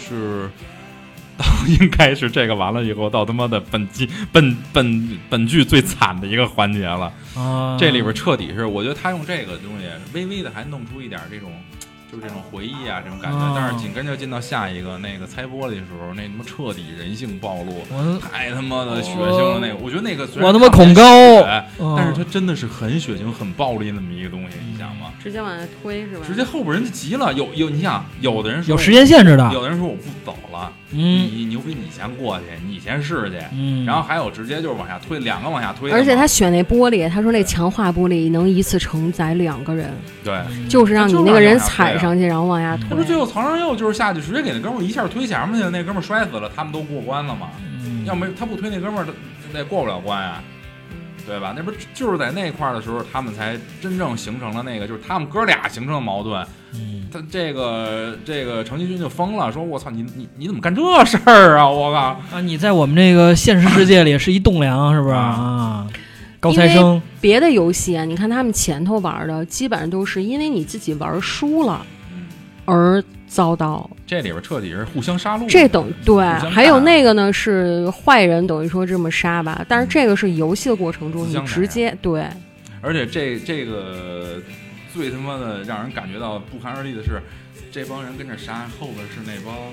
应该是这个完了以后到他妈的本剧最惨的一个环节了。这里边彻底是我觉得他用这个东西微微的还弄出一点这种就是这种回忆啊这种感觉。但是紧跟着进到下一个那个拆玻璃的时候，那他妈彻底人性暴露，太他妈的血腥了。那个我觉得那个虽然我他妈恐高， 但是他真的是很血腥很暴力那么一个东西，你想吗？ 直接往下推是吧？ 直接后边人就急了，有你想有的人说有时间限制的， 有的人说我不走了，你牛逼，你先过去，你先试去，然后还有直接就是往下推，2个往下推。 而且他选那玻璃，他说那强化玻璃能一次承载2个人， 对， 就是让你那个人踩上去，然后往下推。 他说最后曹尚佑就是下去直接给那哥们儿一下推前面去，那哥们儿摔死了，他们都过关了嘛。要没他不推那哥们儿，那过不了关呀。对吧？那不就是在那块儿的时候，他们才真正形成了那个，就是他们哥俩形成了矛盾。他这个程继勋就疯了，说我操你怎么干这事儿啊！我靠啊！你在我们这个现实世界里是一栋梁，是不是啊？高材生。 别的游戏啊，你看他们前头玩的，基本上都是因为你自己玩输了，而遭到这里边彻底是互相杀戮。 这对，还有那个呢是坏人，等于说这么杀吧，但是这个是游戏的过程中你直接对。 而且这个最他妈的让人感觉到不寒而栗的是，这帮人跟着杀，后边是那帮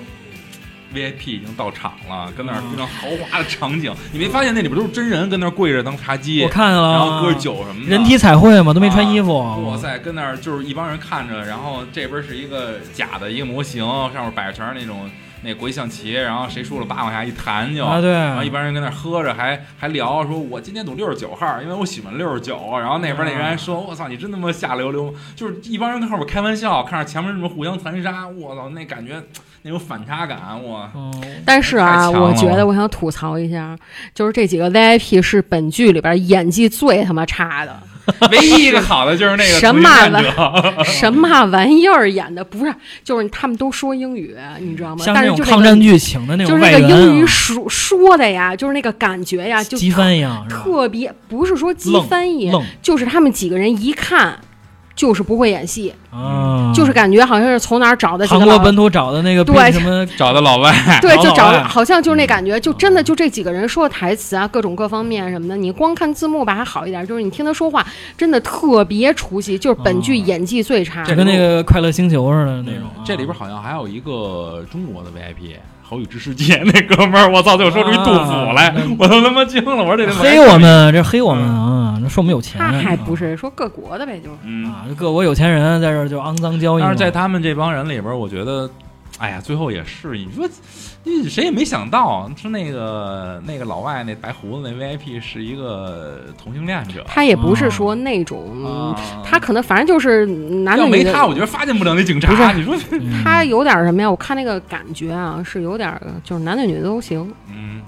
VIP 已经到场了，跟那儿非常豪华的场景。你没发现那里边都是真人跟那儿跪着当茶几？ 我看了， 然后喝酒什么的， 人体彩绘嘛，都没穿衣服。 哇塞，跟那儿就是一帮人看着，然后这边是一个假的一个模型，上面摆着全是那种那国际象棋，然后谁输了8往下一弹就对， 然后一帮人跟那儿喝着，还聊说，我今天赌69号，因为我喜欢69。然后那边那人还说，我操，你真他妈下流，就是一帮人跟后边开玩笑，看着前面什么互相残杀，我操，那感觉那种反差感，我。 但是啊，我觉得我想吐槽一下，就是这几个 VIP 是本剧里边演技最他妈差的。 唯一一个好的就是那个什么玩意儿演的不是，就是他们都说英语，你知道吗？ 像那种抗战剧请的那种外援，就是那个英语说的呀，就是那个感觉呀，就机翻译啊， 特别不是说机翻译，就是他们几个人一看就是不会演戏，就是感觉好像是从哪儿找的韩国本土找的那个对什么找的老外， 对，就找好像就是那感觉，就真的就这几个人说的台词啊，各种各方面什么的，你光看字幕吧还好一点，就是你听他说话真的特别出戏，就是本剧演技最差， 这跟那个快乐星球似的那种。 这里边好像还有一个中国的 VIP。好雨之世界那哥们儿，我操！就说出一杜甫来，我都他妈惊了。我说这黑我们，这黑我们啊！这说我们有钱， 他还不是说各国的呗，就各国有钱人在这儿就肮脏交易。 但是在他们这帮人里边，我觉得，哎呀，最后也是你说，谁也没想到，说那个老外那白胡子那 VIP 是一个同性恋者。 他也不是说那种，他可能反正就是男的女的。 要没他，我觉得发现不了那警察。你说他有点什么呀？我看那个感觉啊，是有点就是男的女的都行。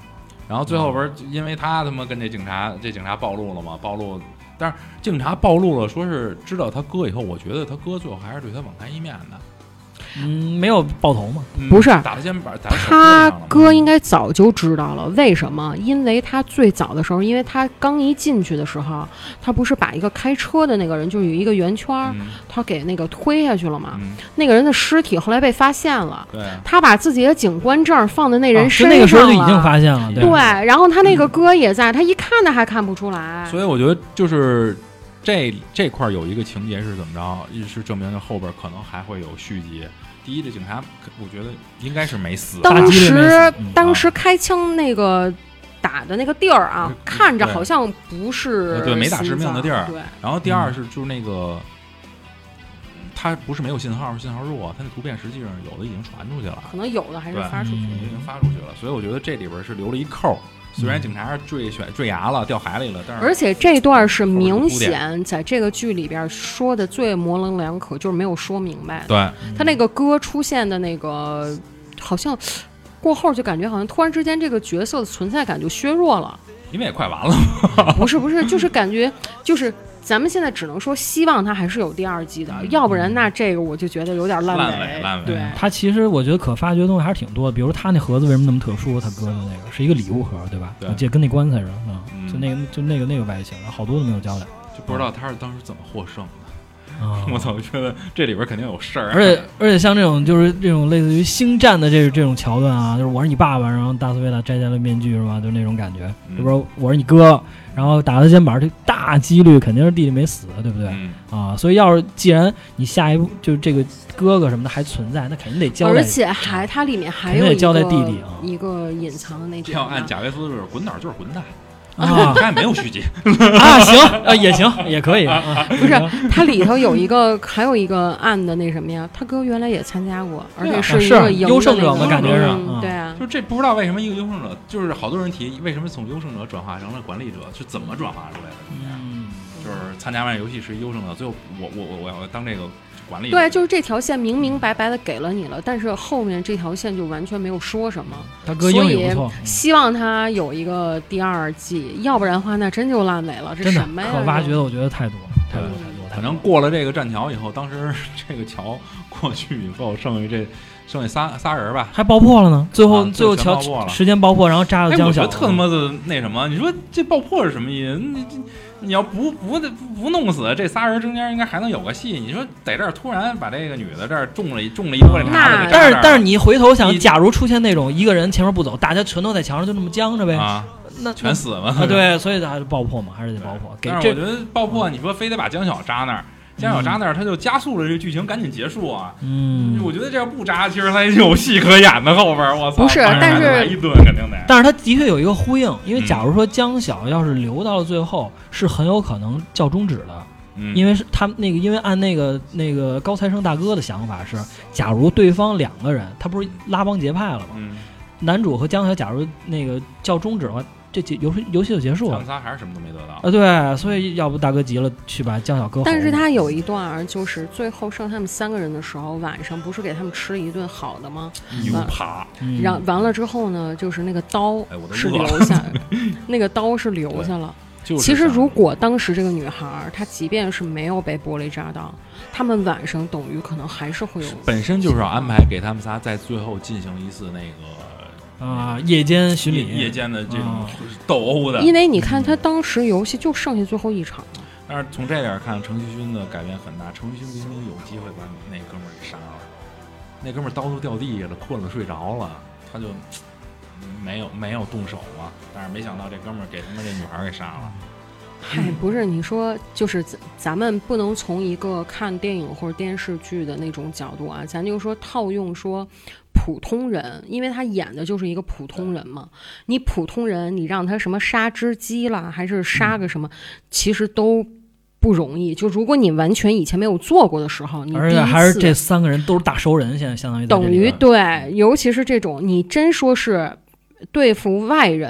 然后最后不是因为他妈跟这警察暴露了吗？暴露，但是警察暴露了，说是知道他哥以后，我觉得他哥最后还是对他网开一面的。 没有爆头嘛？ 不是打他肩膀， 他哥应该早就知道了。为什么？因为他最早的时候，因为他刚一进去的时候，他不是把一个开车的那个人，就有一个圆圈，他给那个推下去了嘛。那个人的尸体后来被发现了， 对， 他把自己的警官证放在那人身上了， 那个时候就已经发现了。 对，然后他那个哥也在，他一看他还看不出来。 所以我觉得就是这块有一个情节是怎么着，是证明着后边可能还会有续集。第一，这警察我觉得应该是没死。 当时开枪那个打的那个地儿啊，看着好像不是对没打致命的地儿。 对。 然后第二是就是那个，他不是没有信号，是信号弱，他那图片实际上有的已经传出去了， 可能有的还是发出去， 已经发出去了。所以我觉得这里边是留了一扣。虽然警察坠崖了，掉海里了，但是而且这段是明显在这个剧里边说的最模棱两可，就是没有说明白。 对， 他那个歌出现的那个，好像过后就感觉好像突然之间这个角色的存在感就削弱了， 因为也快完了。 不是，就是感觉就是咱们现在只能说希望他还是有第二季的，要不然那这个我就觉得有点烂尾。对， 他其实我觉得可发掘的东西还是挺多的，比如他那盒子为什么那么特殊？他哥的那个是一个礼物盒，对吧？我记得跟那棺材似的，就那个外形，好多都没有交代， 就不知道他是当时怎么获胜的。我操！我觉得这里边肯定有事儿。 而且像这种就是这种类似于星战的这种桥段啊，就是我是你爸爸，然后大斯维达摘下了面具是吧？就那种感觉，就说我是你哥，然后打他肩膀，这大几率肯定是弟弟没死，对不对？所以既然你下一步就是这个哥哥什么的还存在，那肯定得交代。 而且它里面还有一个交代弟弟一个隐藏的那点。 要按贾维斯是滚哪就是混蛋。他也没有续集行也行也可以不是，它里头有一个还有一个暗的那什么呀，他哥原来也参加过，而且是一个优胜者嘛，感觉上对啊， 就这不知道为什么一个优胜者，就是好多人提为什么从优胜者转化成了管理者，是怎么转化出来的？就是参加完游戏是优胜者，最后我要当这个管理者。 对，就是这条线明明白白的给了你了，但是后面这条线就完全没有说什么。 他哥英语不错， 希望他有一个第二季，要不然的话那真就烂尾了。这什么呀？ 可挖掘的我觉得太多。 可能过了这个栈桥以后，当时这个桥过去以后，剩下仨人吧， 还爆破了呢。最后桥时间爆破，然后扎了江小。 我觉得特他妈的那什么，你说这爆破是什么意思？你要不弄死这仨人，中间应该还能有个戏。你说在这儿突然把这个女的这儿中了一玻璃碴， 但是你回头想，假如出现那种一个人前面不走，大家全都在墙上就那么僵着呗那全死了对，所以还是爆破嘛，还是得爆破。 但是我觉得爆破，你说非得把江小扎那儿。江小扎那儿，他就加速了这剧情，赶紧结束啊！我觉得这要不扎，其实他有戏可演的后边。我操， 不是，但是一顿肯定得。 但是他的确有一个呼应，因为假如说江小要是留到了最后，是很有可能叫终止的。因为是他那个，因为按那个高材生大哥的想法是，假如对方两个人，他不是拉帮结派了吗？男主和江小，假如那个叫终止的话。这游戏就结束了， 他们仨还是什么都没得到对，所以要不大哥急了去把江小哥。 但是他有一段就是最后剩他们3个人的时候，晚上不是给他们吃了一顿好的吗？ 牛扒。 完了之后呢，就是那个刀是留下，那个刀是留下了。其实如果当时这个女孩她即便是没有被玻璃扎到，他们晚上等于可能还是会有。 本身就是要安排给他们仨在最后进行一次那个。 夜间巡礼， 夜间的这种斗殴的， 因为你看他当时游戏就剩下最后一场了。 但是从这点看，程序勋的改变很大。程序勋明明有机会把那哥们儿给杀了，那哥们儿刀都掉地下了，困了睡着了，他就没有动手嘛。但是没想到这哥们儿给他们这女孩给杀了。 嗨，不是你说，就是咱们不能从一个看电影或者电视剧的那种角度啊，咱就说套用说普通人，因为他演的就是一个普通人嘛。你普通人，你让他什么杀只鸡啦，还是杀个什么，其实都不容易。就如果你完全以前没有做过的时候，你而且还是这3个人都是大熟人，现在相当于等于对，尤其是这种你真说是对付外人。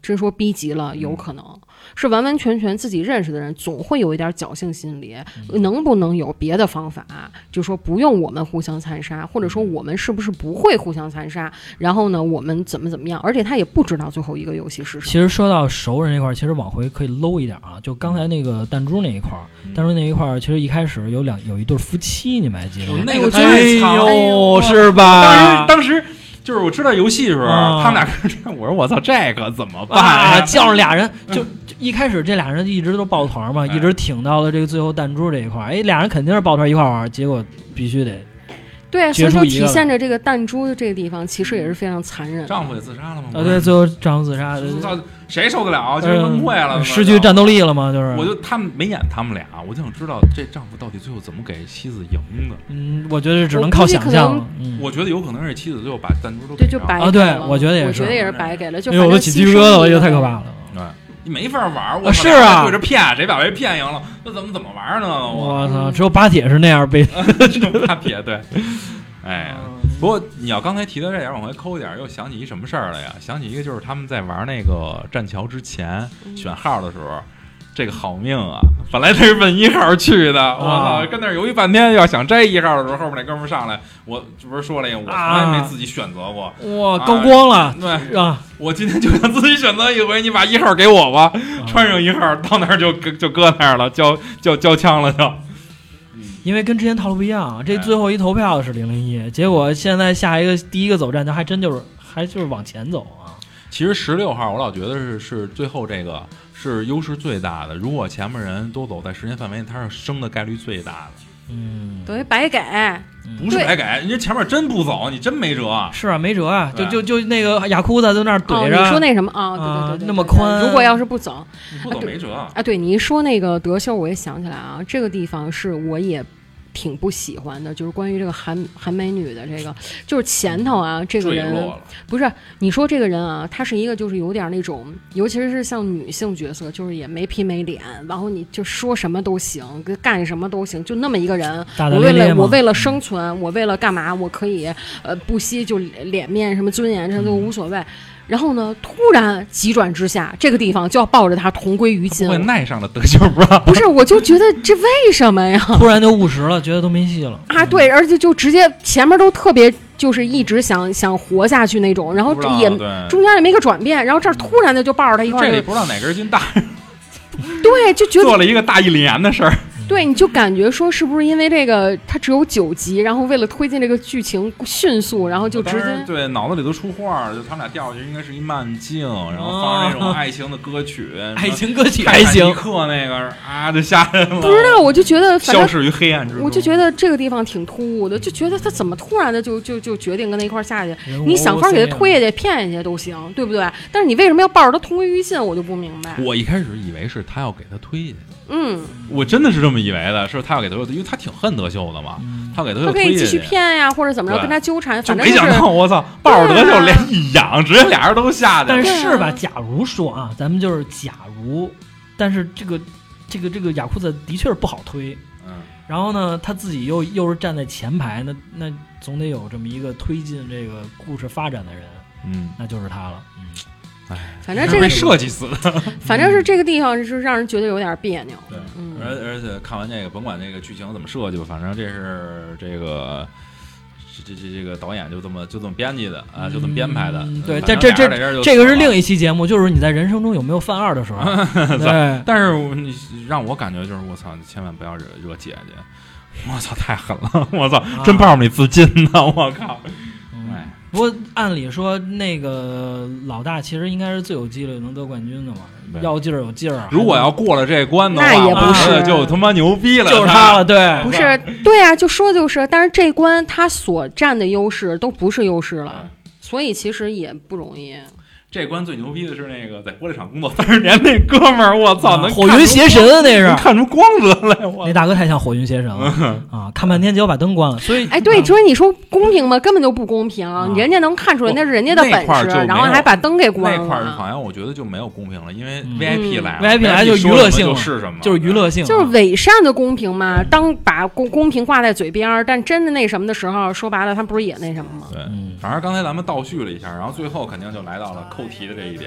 真说逼急了，有可能是完完全全自己认识的人，总会有一点侥幸心理。能不能有别的方法？就说不用我们互相残杀，或者说我们是不是不会互相残杀？然后呢，我们怎么样？而且他也不知道最后一个游戏是什么。 其实说到熟人那块，其实往回可以搂一点啊。就刚才那个弹珠那一块，弹珠那一块，其实一开始有一对夫妻，你们还记得吗？ 那个太惨了，是吧？ 当时。就是我知道游戏的时候，他们俩我说我操，这可怎么办啊？叫上俩人，就一开始这俩人一直都抱团嘛，一直挺到了这个最后弹珠这一块。哎，俩人肯定是抱团一块玩，结果必须得对，所以说体现着这个弹珠的这个地方，其实也是非常残忍。 丈夫也自杀了吗？ 对，最后丈夫自杀， 谁受得了？就是崩溃了， 失去战斗力了吗？就是， 我就他们没演他们俩，我就想知道这丈夫到底最后怎么给妻子赢的。 我觉得只能靠想象。 我觉得有可能是妻子最后把弹珠都对就白给了。 对，我觉得也是白给了。就我都起鸡皮疙瘩了，这太可怕了。 对。你没法玩，我是啊， 对着骗，谁把谁骗赢了，那怎么玩呢？ 我操，只有巴铁是那样被， 只有巴铁对。哎，不过你要刚才提到这点，往回抠一点，又想起一什么事儿了呀？想起一个，就是他们在玩那个栈桥之前选号的时候，这个好命啊！本来他是奔1号去的，我操，跟那儿犹豫半天，要想摘1号的时候，后面那哥们上来，我这不是说了呀，我从来没自己选择过， 哇，高光了， 对啊，我今天就想自己选择一回，你把1号给我吧，穿上1号，到那儿就搁那儿了，交枪了就。 因为跟之前套路不一样，这最后一投票是001，结果现在下一个第一个走站，就还真就是往前走啊。 其实16号我老觉得是最后这个是优势最大的，如果前面人都走在时间范围内，他是升的概率最大的。 等于白给， 不是白给，人家前面真不走，你真没辙。 是啊，没辙啊，就那个雅库子在那儿怼着。 你说那什么啊？对， 那么宽， 如果要是不走， 你不走没辙啊。对，你一说那个德秀，我也想起来啊，这个地方是我也挺不喜欢的，就是关于这个韩美女的这个，就是前头啊，这个人不是你说这个人啊，他是一个就是有点那种，尤其是像女性角色，就是也没皮没脸，然后你就说什么都行，干什么都行，就那么一个人。我为了生存，我为了干嘛，我可以不惜就脸面什么尊严这都无所谓。然后呢，突然急转直下，这个地方就要抱着他同归于尽。 会耐上了德秀不知道？ 不是，我就觉得这为什么呀？ 突然就务实了，觉得都没戏了啊！对，而且就直接前面都特别就是一直想活下去那种，然后也中间也没个转变，然后这儿突然的就抱着他一块儿。 这里不知道哪根筋大。 对，就觉得做了一个大义凛然的事儿。 对，你就感觉说是不是因为这个它只有9集，然后为了推进这个剧情迅速，然后就直接对脑子里都出画了，就他们俩掉下去应该是一慢镜，然后放那种爱情的歌曲， 爱情歌曲还行，克那个啊就吓人了。 不知道，我就觉得消失于黑暗之中， 我就觉得这个地方挺突兀的，就觉得他怎么突然的就决定跟他一块下去？你想法给他推下去、骗下去都行，对不对？但是你为什么要抱着他同归于尽？我就不明白。 我一开始以为是他要给他推下去。我真的是这么以为的，是他要给德秀，因为他挺恨德秀的嘛，他给德秀他可以继续骗呀，或者怎么着跟他纠缠，反正没想到我操，抱着德秀脸一仰，直接俩人都下去。 但是吧，假如说啊，咱们就是假如，但是这个雅库兹的确是不好推，然后呢，他自己又是站在前排，那总得有这么一个推进这个故事发展的人，那就是他了， 反正这个被设计死的， 反正是这个地方是让人觉得有点别扭。 对，而且看完这个，甭管这个剧情怎么设计吧，反正这是这个导演就这么编辑的啊，就这么编排的。 对，但这个是另一期节目，就是你在人生中有没有犯二的时候。对， 但是你让我感觉就是我操，你千万不要惹姐姐，我操，太狠了，我操，真抱着你自尽呢，我靠。 不过按理说，那个老大其实应该是最有几率能得冠军的嘛，要劲儿有劲儿。 如果要过了这关的话， 那也不是， 就他妈牛逼了， 就是他了，对， 不是，对啊，就说就是，但是这关他所占的优势都不是优势了，所以其实也不容易。 这关最牛逼的是那个在玻璃厂工作30年那哥们儿，我操，能火云邪神那是能看出光泽来。 那大哥太像火云邪神了啊！看半天结果把灯关了，所以对，就是你说公平吗？根本就不公平，人家能看出来那是人家的本事，然后还把灯给关了。 那块儿好像我觉得就没有公平了，因为 VIP 来了 ，VIP 来就娱乐性是什么？ 就是娱乐性， 就是伪善的公平嘛。当把公平挂在嘴边，但真的那什么的时候，说白了，他不是也那什么吗？ 对，反正刚才咱们倒叙了一下，然后最后肯定就来到了扣题的这一点。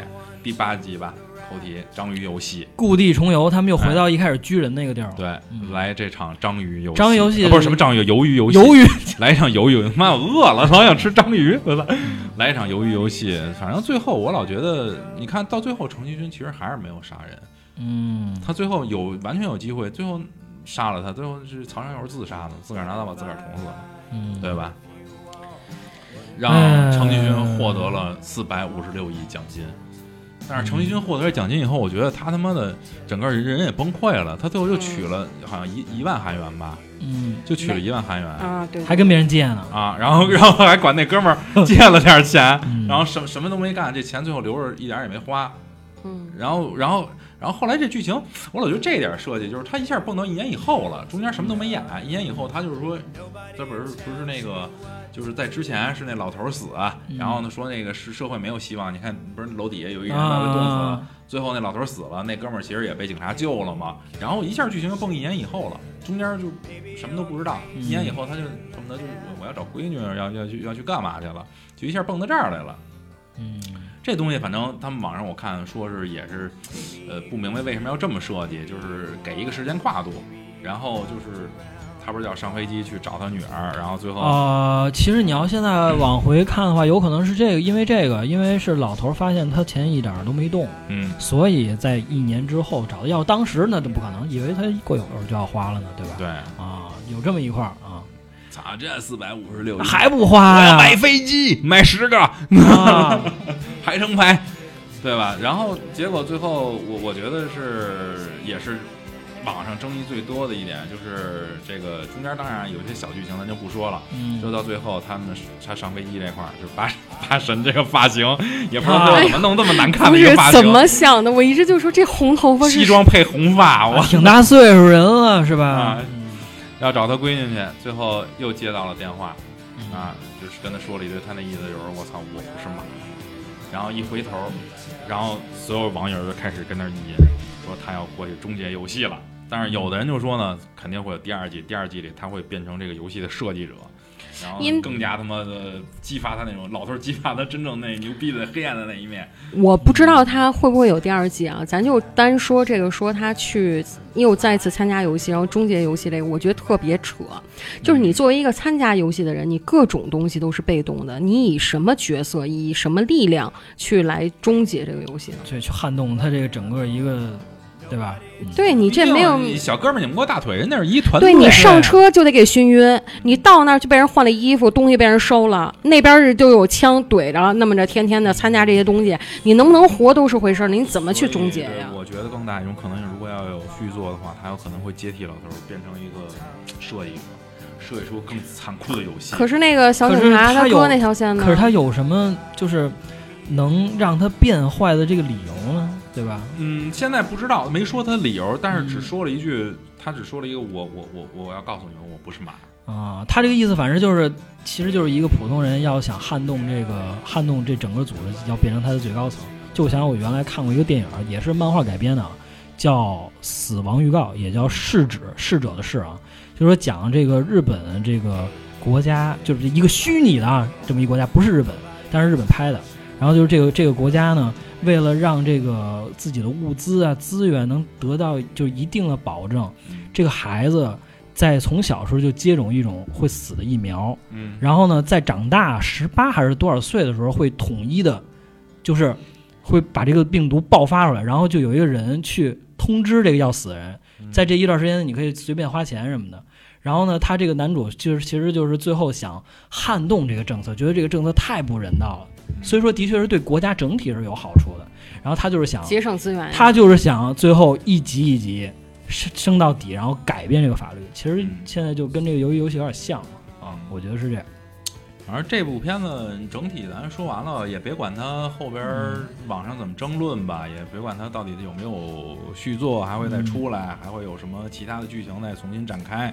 第8集吧，头题章鱼游戏， 故地重游，他们又回到一开始居人那个地儿了。 对，来这场章鱼游戏， 章鱼游戏不是什么章鱼，鱿鱼游戏，来一场鱿鱼，妈我饿了，老想吃章鱼，对吧？来一场鱿鱼游戏，反正最后我老觉得，你看到最后程序君其实还是没有杀人，他最后完全有机会，最后杀了他，最后是曹尚友自杀的，自个儿拿刀把自个儿捅死了，对吧？让程序君获得了456亿奖金。但是程序君获得了奖金以后，我觉得他妈的整个人也崩溃了。他最后又取了好像1万韩元吧，就取了1万韩元啊，对， 还跟别人借呢啊，然后还管那哥们儿借了点钱，然后什么都没干，这钱最后留着一点也没花，然后后来这剧情，我老觉得这点设计就是他一下蹦到1年以后了，中间什么都没演，1年以后他就是说，这不是那个。就是在之前是那老头死，然后呢说那个是社会没有希望，你看不是楼底下有一人被冻死了，最后那老头死了，那哥们儿其实也被警察救了嘛，然后一下剧情就蹦1年以后了，中间就什么都不知道，1年以后他就恨不得就是我要找闺女，要去干嘛去了，就一下蹦到这儿来了。这东西反正他们网上我看说是也是，不明白为什么要这么设计，就是给一个时间跨度，然后就是。他不是要上飞机去找他女儿，然后最后其实你要现在往回看的话，有可能是因为是老头发现他钱一点都没动，所以在1年之后找的。要当时那都不可能，以为他过一会儿就要花了呢，对吧？ 对有这么一块啊。 操，这456亿还不花呀？ 我要买飞机，买10个排成排，对吧？然后结果最后我觉得也是。网上争议最多的一点就是这个中间当然有些小剧情咱就不说了，就到最后他上飞机这块儿，就八神这个发型也不知道怎么弄这么难看的一个发型， 怎么想的？我一直就说这红头发是西装配红发，我挺大岁数人了是吧？ 要找他闺女去，最后又接到了电话，就是跟他说了一堆，他那意思就是我操我不是马，然后一回头，然后所有网友就开始跟那儿议说他要过去终结游戏了。但是有的人就说呢，肯定会有第二季里他会变成这个游戏的设计者，然后更加他妈的激发他那种老头激发他真正那牛逼的黑暗的那一面。 我不知道他会不会有第2季啊，咱就单说这个，说他去又再次参加游戏然后终结游戏这个，我觉得特别扯。就是你作为一个参加游戏的人，你各种东西都是被动的，你以什么角色以什么力量去来终结这个游戏呢？ 对，去撼动他这个整个一个，对吧？ 对，你这没有小哥们拧过大腿，人那是一团队。 对，你上车就得给熏晕，你到那儿就被人换了衣服，东西被人收了，那边就有枪怼着，那么着天天的参加这些东西，你能不能活都是回事，你怎么去终结呀？ 我觉得更大一种可能性，如果要有续作的话，他有可能会接替老头，变成一个设计者，设计出更残酷的游戏。 可是那个小警察他割那条线呢？ 可是他有什么就是能让他变坏的这个理由呢？对吧？ 现在不知道，没说他理由，但是只说了一句，他只说了一个我要告诉你们，我不是马啊。他这个意思，反正就是，其实就是一个普通人要想撼动这整个组织，要变成他的最高层。就像我原来看过一个电影，也是漫画改编的，叫《死亡预告》，也叫逝者的逝啊，就是说讲这个日本这个国家，就是一个虚拟的这么一个国家，不是日本，但是日本拍的。然后就是这个国家呢，为了让这个自己的物资资源能得到就一定的保证，这个孩子在从小时候就接种一种会死的疫苗，然后呢在长大18还是多少岁的时候会统一的，就是会把这个病毒爆发出来，然后就有一个人去通知这个要死的人，在这一段时间你可以随便花钱什么的。然后呢，他这个男主其实就是最后想撼动这个政策，觉得这个政策太不人道了。所以说的确是对国家整体是有好处的，然后他就是想节省资源， 他就是想最后一级一级升到底，然后改变这个法律。其实现在就跟这个鱿鱼游戏有点像我觉得是这样。 反正这部片子整体咱说完了，也别管它后边网上怎么争论吧，也别管它到底有没有续作，还会再出来，还会有什么其他的剧情再重新展开。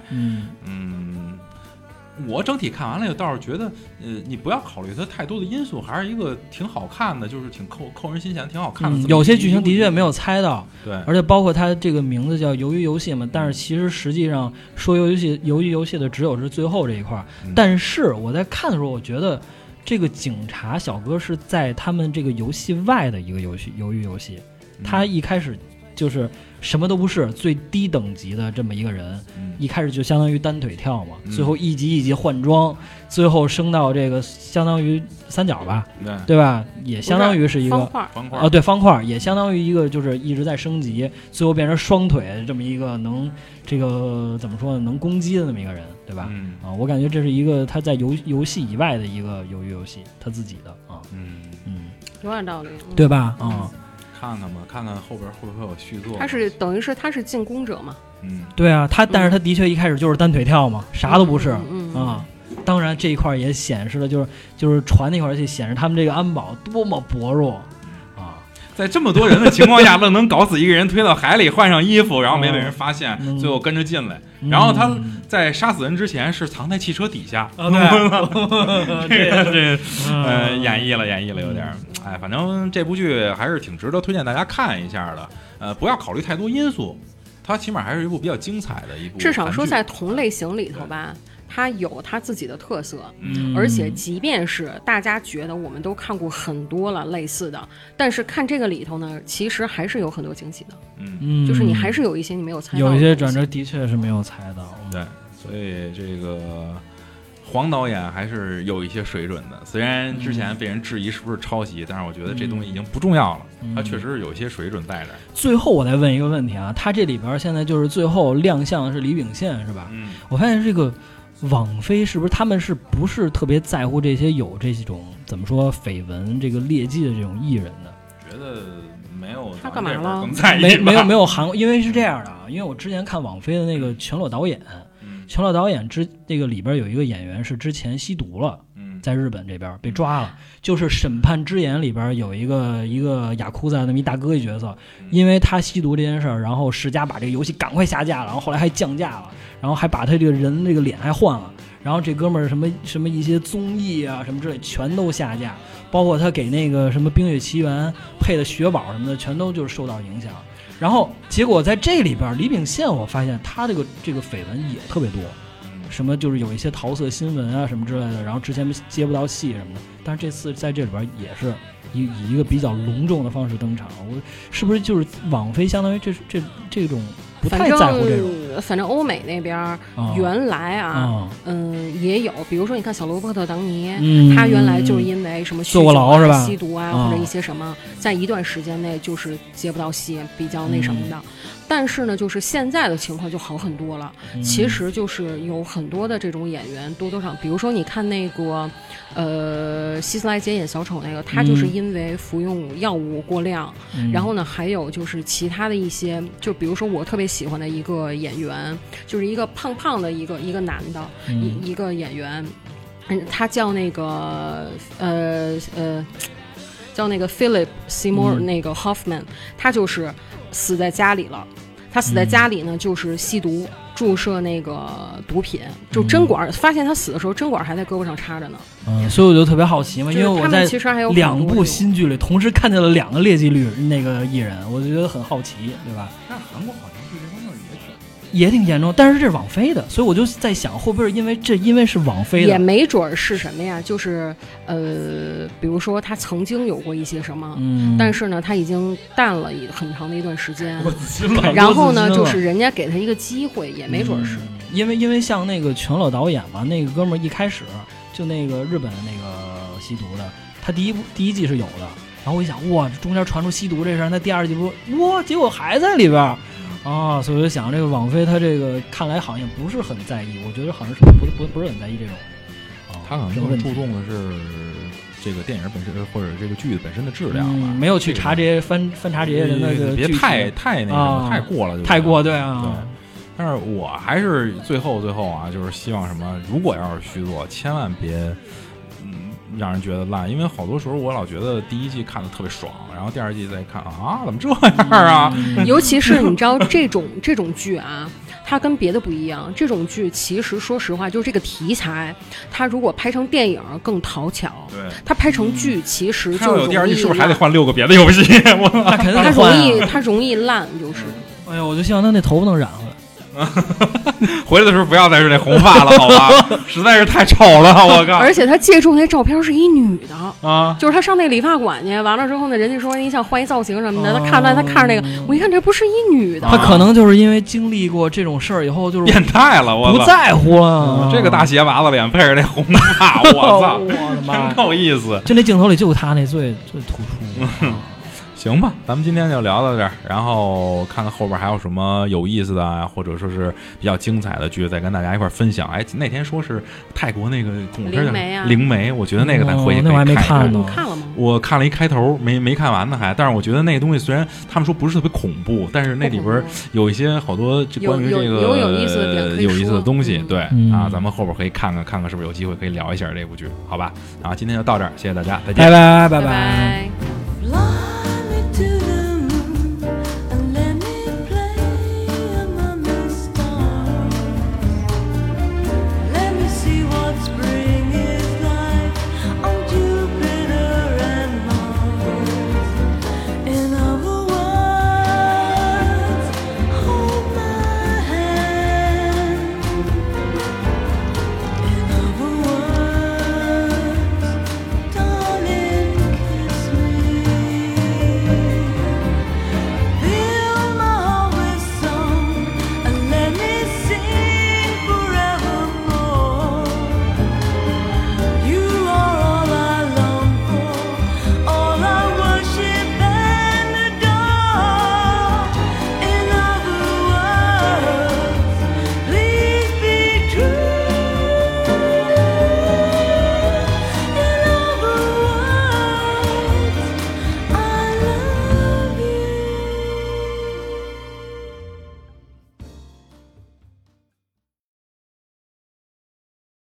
我整体看完了，倒是觉得，你不要考虑它太多的因素，还是一个挺好看的，就是挺扣人心弦，挺好看的。 有些剧情的确没有猜到， 对， 而且包括它这个名字叫鱿鱼游戏嘛，但是其实实际上说鱿鱼游戏的只有是最后这一块。但是我在看的时候，我觉得这个警察小哥是在他们这个游戏外的一个鱿鱼游戏，他一开始就是什么都不是，最低等级的这么一个人，一开始就相当于单腿跳嘛，最后一级一级换装，最后升到这个相当于三角吧，对吧？也相当于是一个方块对，方块也相当于一个就是一直在升级，最后变成双腿这么一个能这个怎么说呢？能攻击的那么一个人，对吧？我感觉这是一个他在游戏以外的一个鱿鱼游戏，他自己的啊， 有点道理， 对吧？ 看看吧，看看后边会不会有续作。 他是等于是他是进攻者嘛？ 对啊，但是他的确一开始就是单腿跳嘛，啥都不是啊。当然这一块也显示了，就是船那块去显示他们这个安保多么薄弱啊！ 在这么多人的情况下，愣能搞死一个人，推到海里，换上衣服，然后没被人发现，最后跟着进来。然后他在杀死人之前是藏在汽车底下。对，演绎了有点。哎，反正这部剧还是挺值得推荐大家看一下的。不要考虑太多因素，它起码还是一部比较精彩的一部。 至少说在同类型里头吧。它有它自己的特色，而且即便是大家觉得我们都看过很多了类似的，但是看这个里头呢，其实还是有很多惊喜的。就是你还是有一些你没有猜到的， 有一些转折的确是没有猜到。 对，所以这个黄导演还是有一些水准的，虽然之前被人质疑是不是抄袭，但是我觉得这东西已经不重要了，他确实是有一些水准在这。 最后我再问一个问题啊，他这里边现在就是最后亮相的是李秉宪是吧？我发现这个网飞是不是他们是不是特别在乎这些有这种怎么说绯闻这个劣迹的这种艺人的？ 觉得没有， 他干嘛了？ 没有韩国，因为是这样的啊，因为我之前看网飞的那个全裸导演，全裸导演这个里边有一个演员是之前吸毒了，在日本这边被抓了，就是《审判之眼》里边有一个雅库扎那么一大哥一角色，因为他吸毒这件事儿，然后世嘉把这个游戏赶快下架了，然后后来还降价了，然后还把他这个人这个脸还换了，然后这哥们儿什么一些综艺啊什么之类全都下架，包括他给那个什么《冰雪奇缘》配的雪宝什么的，全都就是受到影响。然后结果在这里边，李秉宪我发现他这个绯闻也特别多。什么就是有一些桃色新闻啊什么之类的，然后之前接不到戏什么的，但是这次在这里边也是以一个比较隆重的方式登场。我是不是就是网飞相当于这种不太在乎这种？ 反正欧美那边原来也有，比如说你看小罗伯特·唐尼，他原来就是因为什么酗酒啊、 是吧？ 吸毒啊，或者一些什么，在一段时间内就是接不到戏，比较那什么的。但是呢，就是现在的情况就好很多了。其实就是有很多的这种演员多少，比如说你看那个希斯莱杰演小丑那个，他就是因为服用药物过量，然后呢，还有就是其他的一些，就比如说我特别喜欢的一个演员，就是一个胖胖的一个男的，一个演员，他叫那个叫那个 Philip Seymour 那个 Hoffman，他就是死在家里了。他死在家里呢，就是吸毒，注射那个毒品，就针管。发现他死的时候，针管还在胳膊上插着呢。 所以我就特别好奇嘛，因为我在其实还有 2部新剧里同时看见了2个劣迹率那个艺人，我就觉得很好奇，对吧？ 但是韩国好像对这方面也挺严重，但是这是网飞的，所以我就在想，会不会因为是网飞的， 也没准是什么呀？就是比如说他曾经有过一些什么，但是呢，他已经淡了很长的一段时间，然后呢，就是人家给他一个机会，也没准是， 因为像那个全裸导演嘛，那个哥们儿一开始就那个日本的那个吸毒的，他第一季是有的，然后我一想，哇，这中间传出吸毒这事儿，那第2季不是哇，结果还在里边。所以我就想，这个网飞他这个看来好像不是很在意，我觉得好像是不是很在意这种。 他可能更注重的是这个电影本身或者这个剧本身的质量吧， 没有去查这些翻查这些人的这个别太那个什么太过了， 太过对啊。 对，但是我还是最后啊，就是希望什么，如果要是续作，千万别。让人觉得烂，因为好多时候我老觉得第1季看的特别爽，然后第2季再看怎么这样啊？ 尤其是你知道这种剧啊，它跟别的不一样。这种剧其实说实话，就是这个题材，它如果拍成电影更讨巧。对，它拍成剧其实就有第2季是不是还得换6个别的游戏？ 那肯定它容易烂，就是。 哎呀，我就希望他那头发能染回来。 回来的时候不要再是那红发了，好吧？实在是太丑了，我靠！ 而且他借助那照片是一女的啊， 就是他上那理发馆去，完了之后呢，人家说你想换一造型什么的，他看着那个，我一看这不是一女的， 他可能就是因为经历过这种事儿以后，就是变态了，我不在乎了。 这个大鞋娃子脸配着那红发，我操， 我的妈， 真够意思！ 就那镜头里就他那最突出。 行吧，咱们今天就聊到这儿，然后看看后边还有什么有意思的啊，或者说是比较精彩的剧，再跟大家一块分享。哎，那天说是泰国那个恐怖片灵媒，我觉得那个咱回去可以那我还没看呢。 看了吗？ 我看了一开头，没看完呢还。但是我觉得那个东西虽然他们说不是特别恐怖，但是那里边有一些好多关于这个有意思的点， 有意思的东西。对啊，咱们后边可以看看是不是有机会可以聊一下这部剧，好吧？啊，今天就到这儿，谢谢大家，再见， 拜拜。 拜。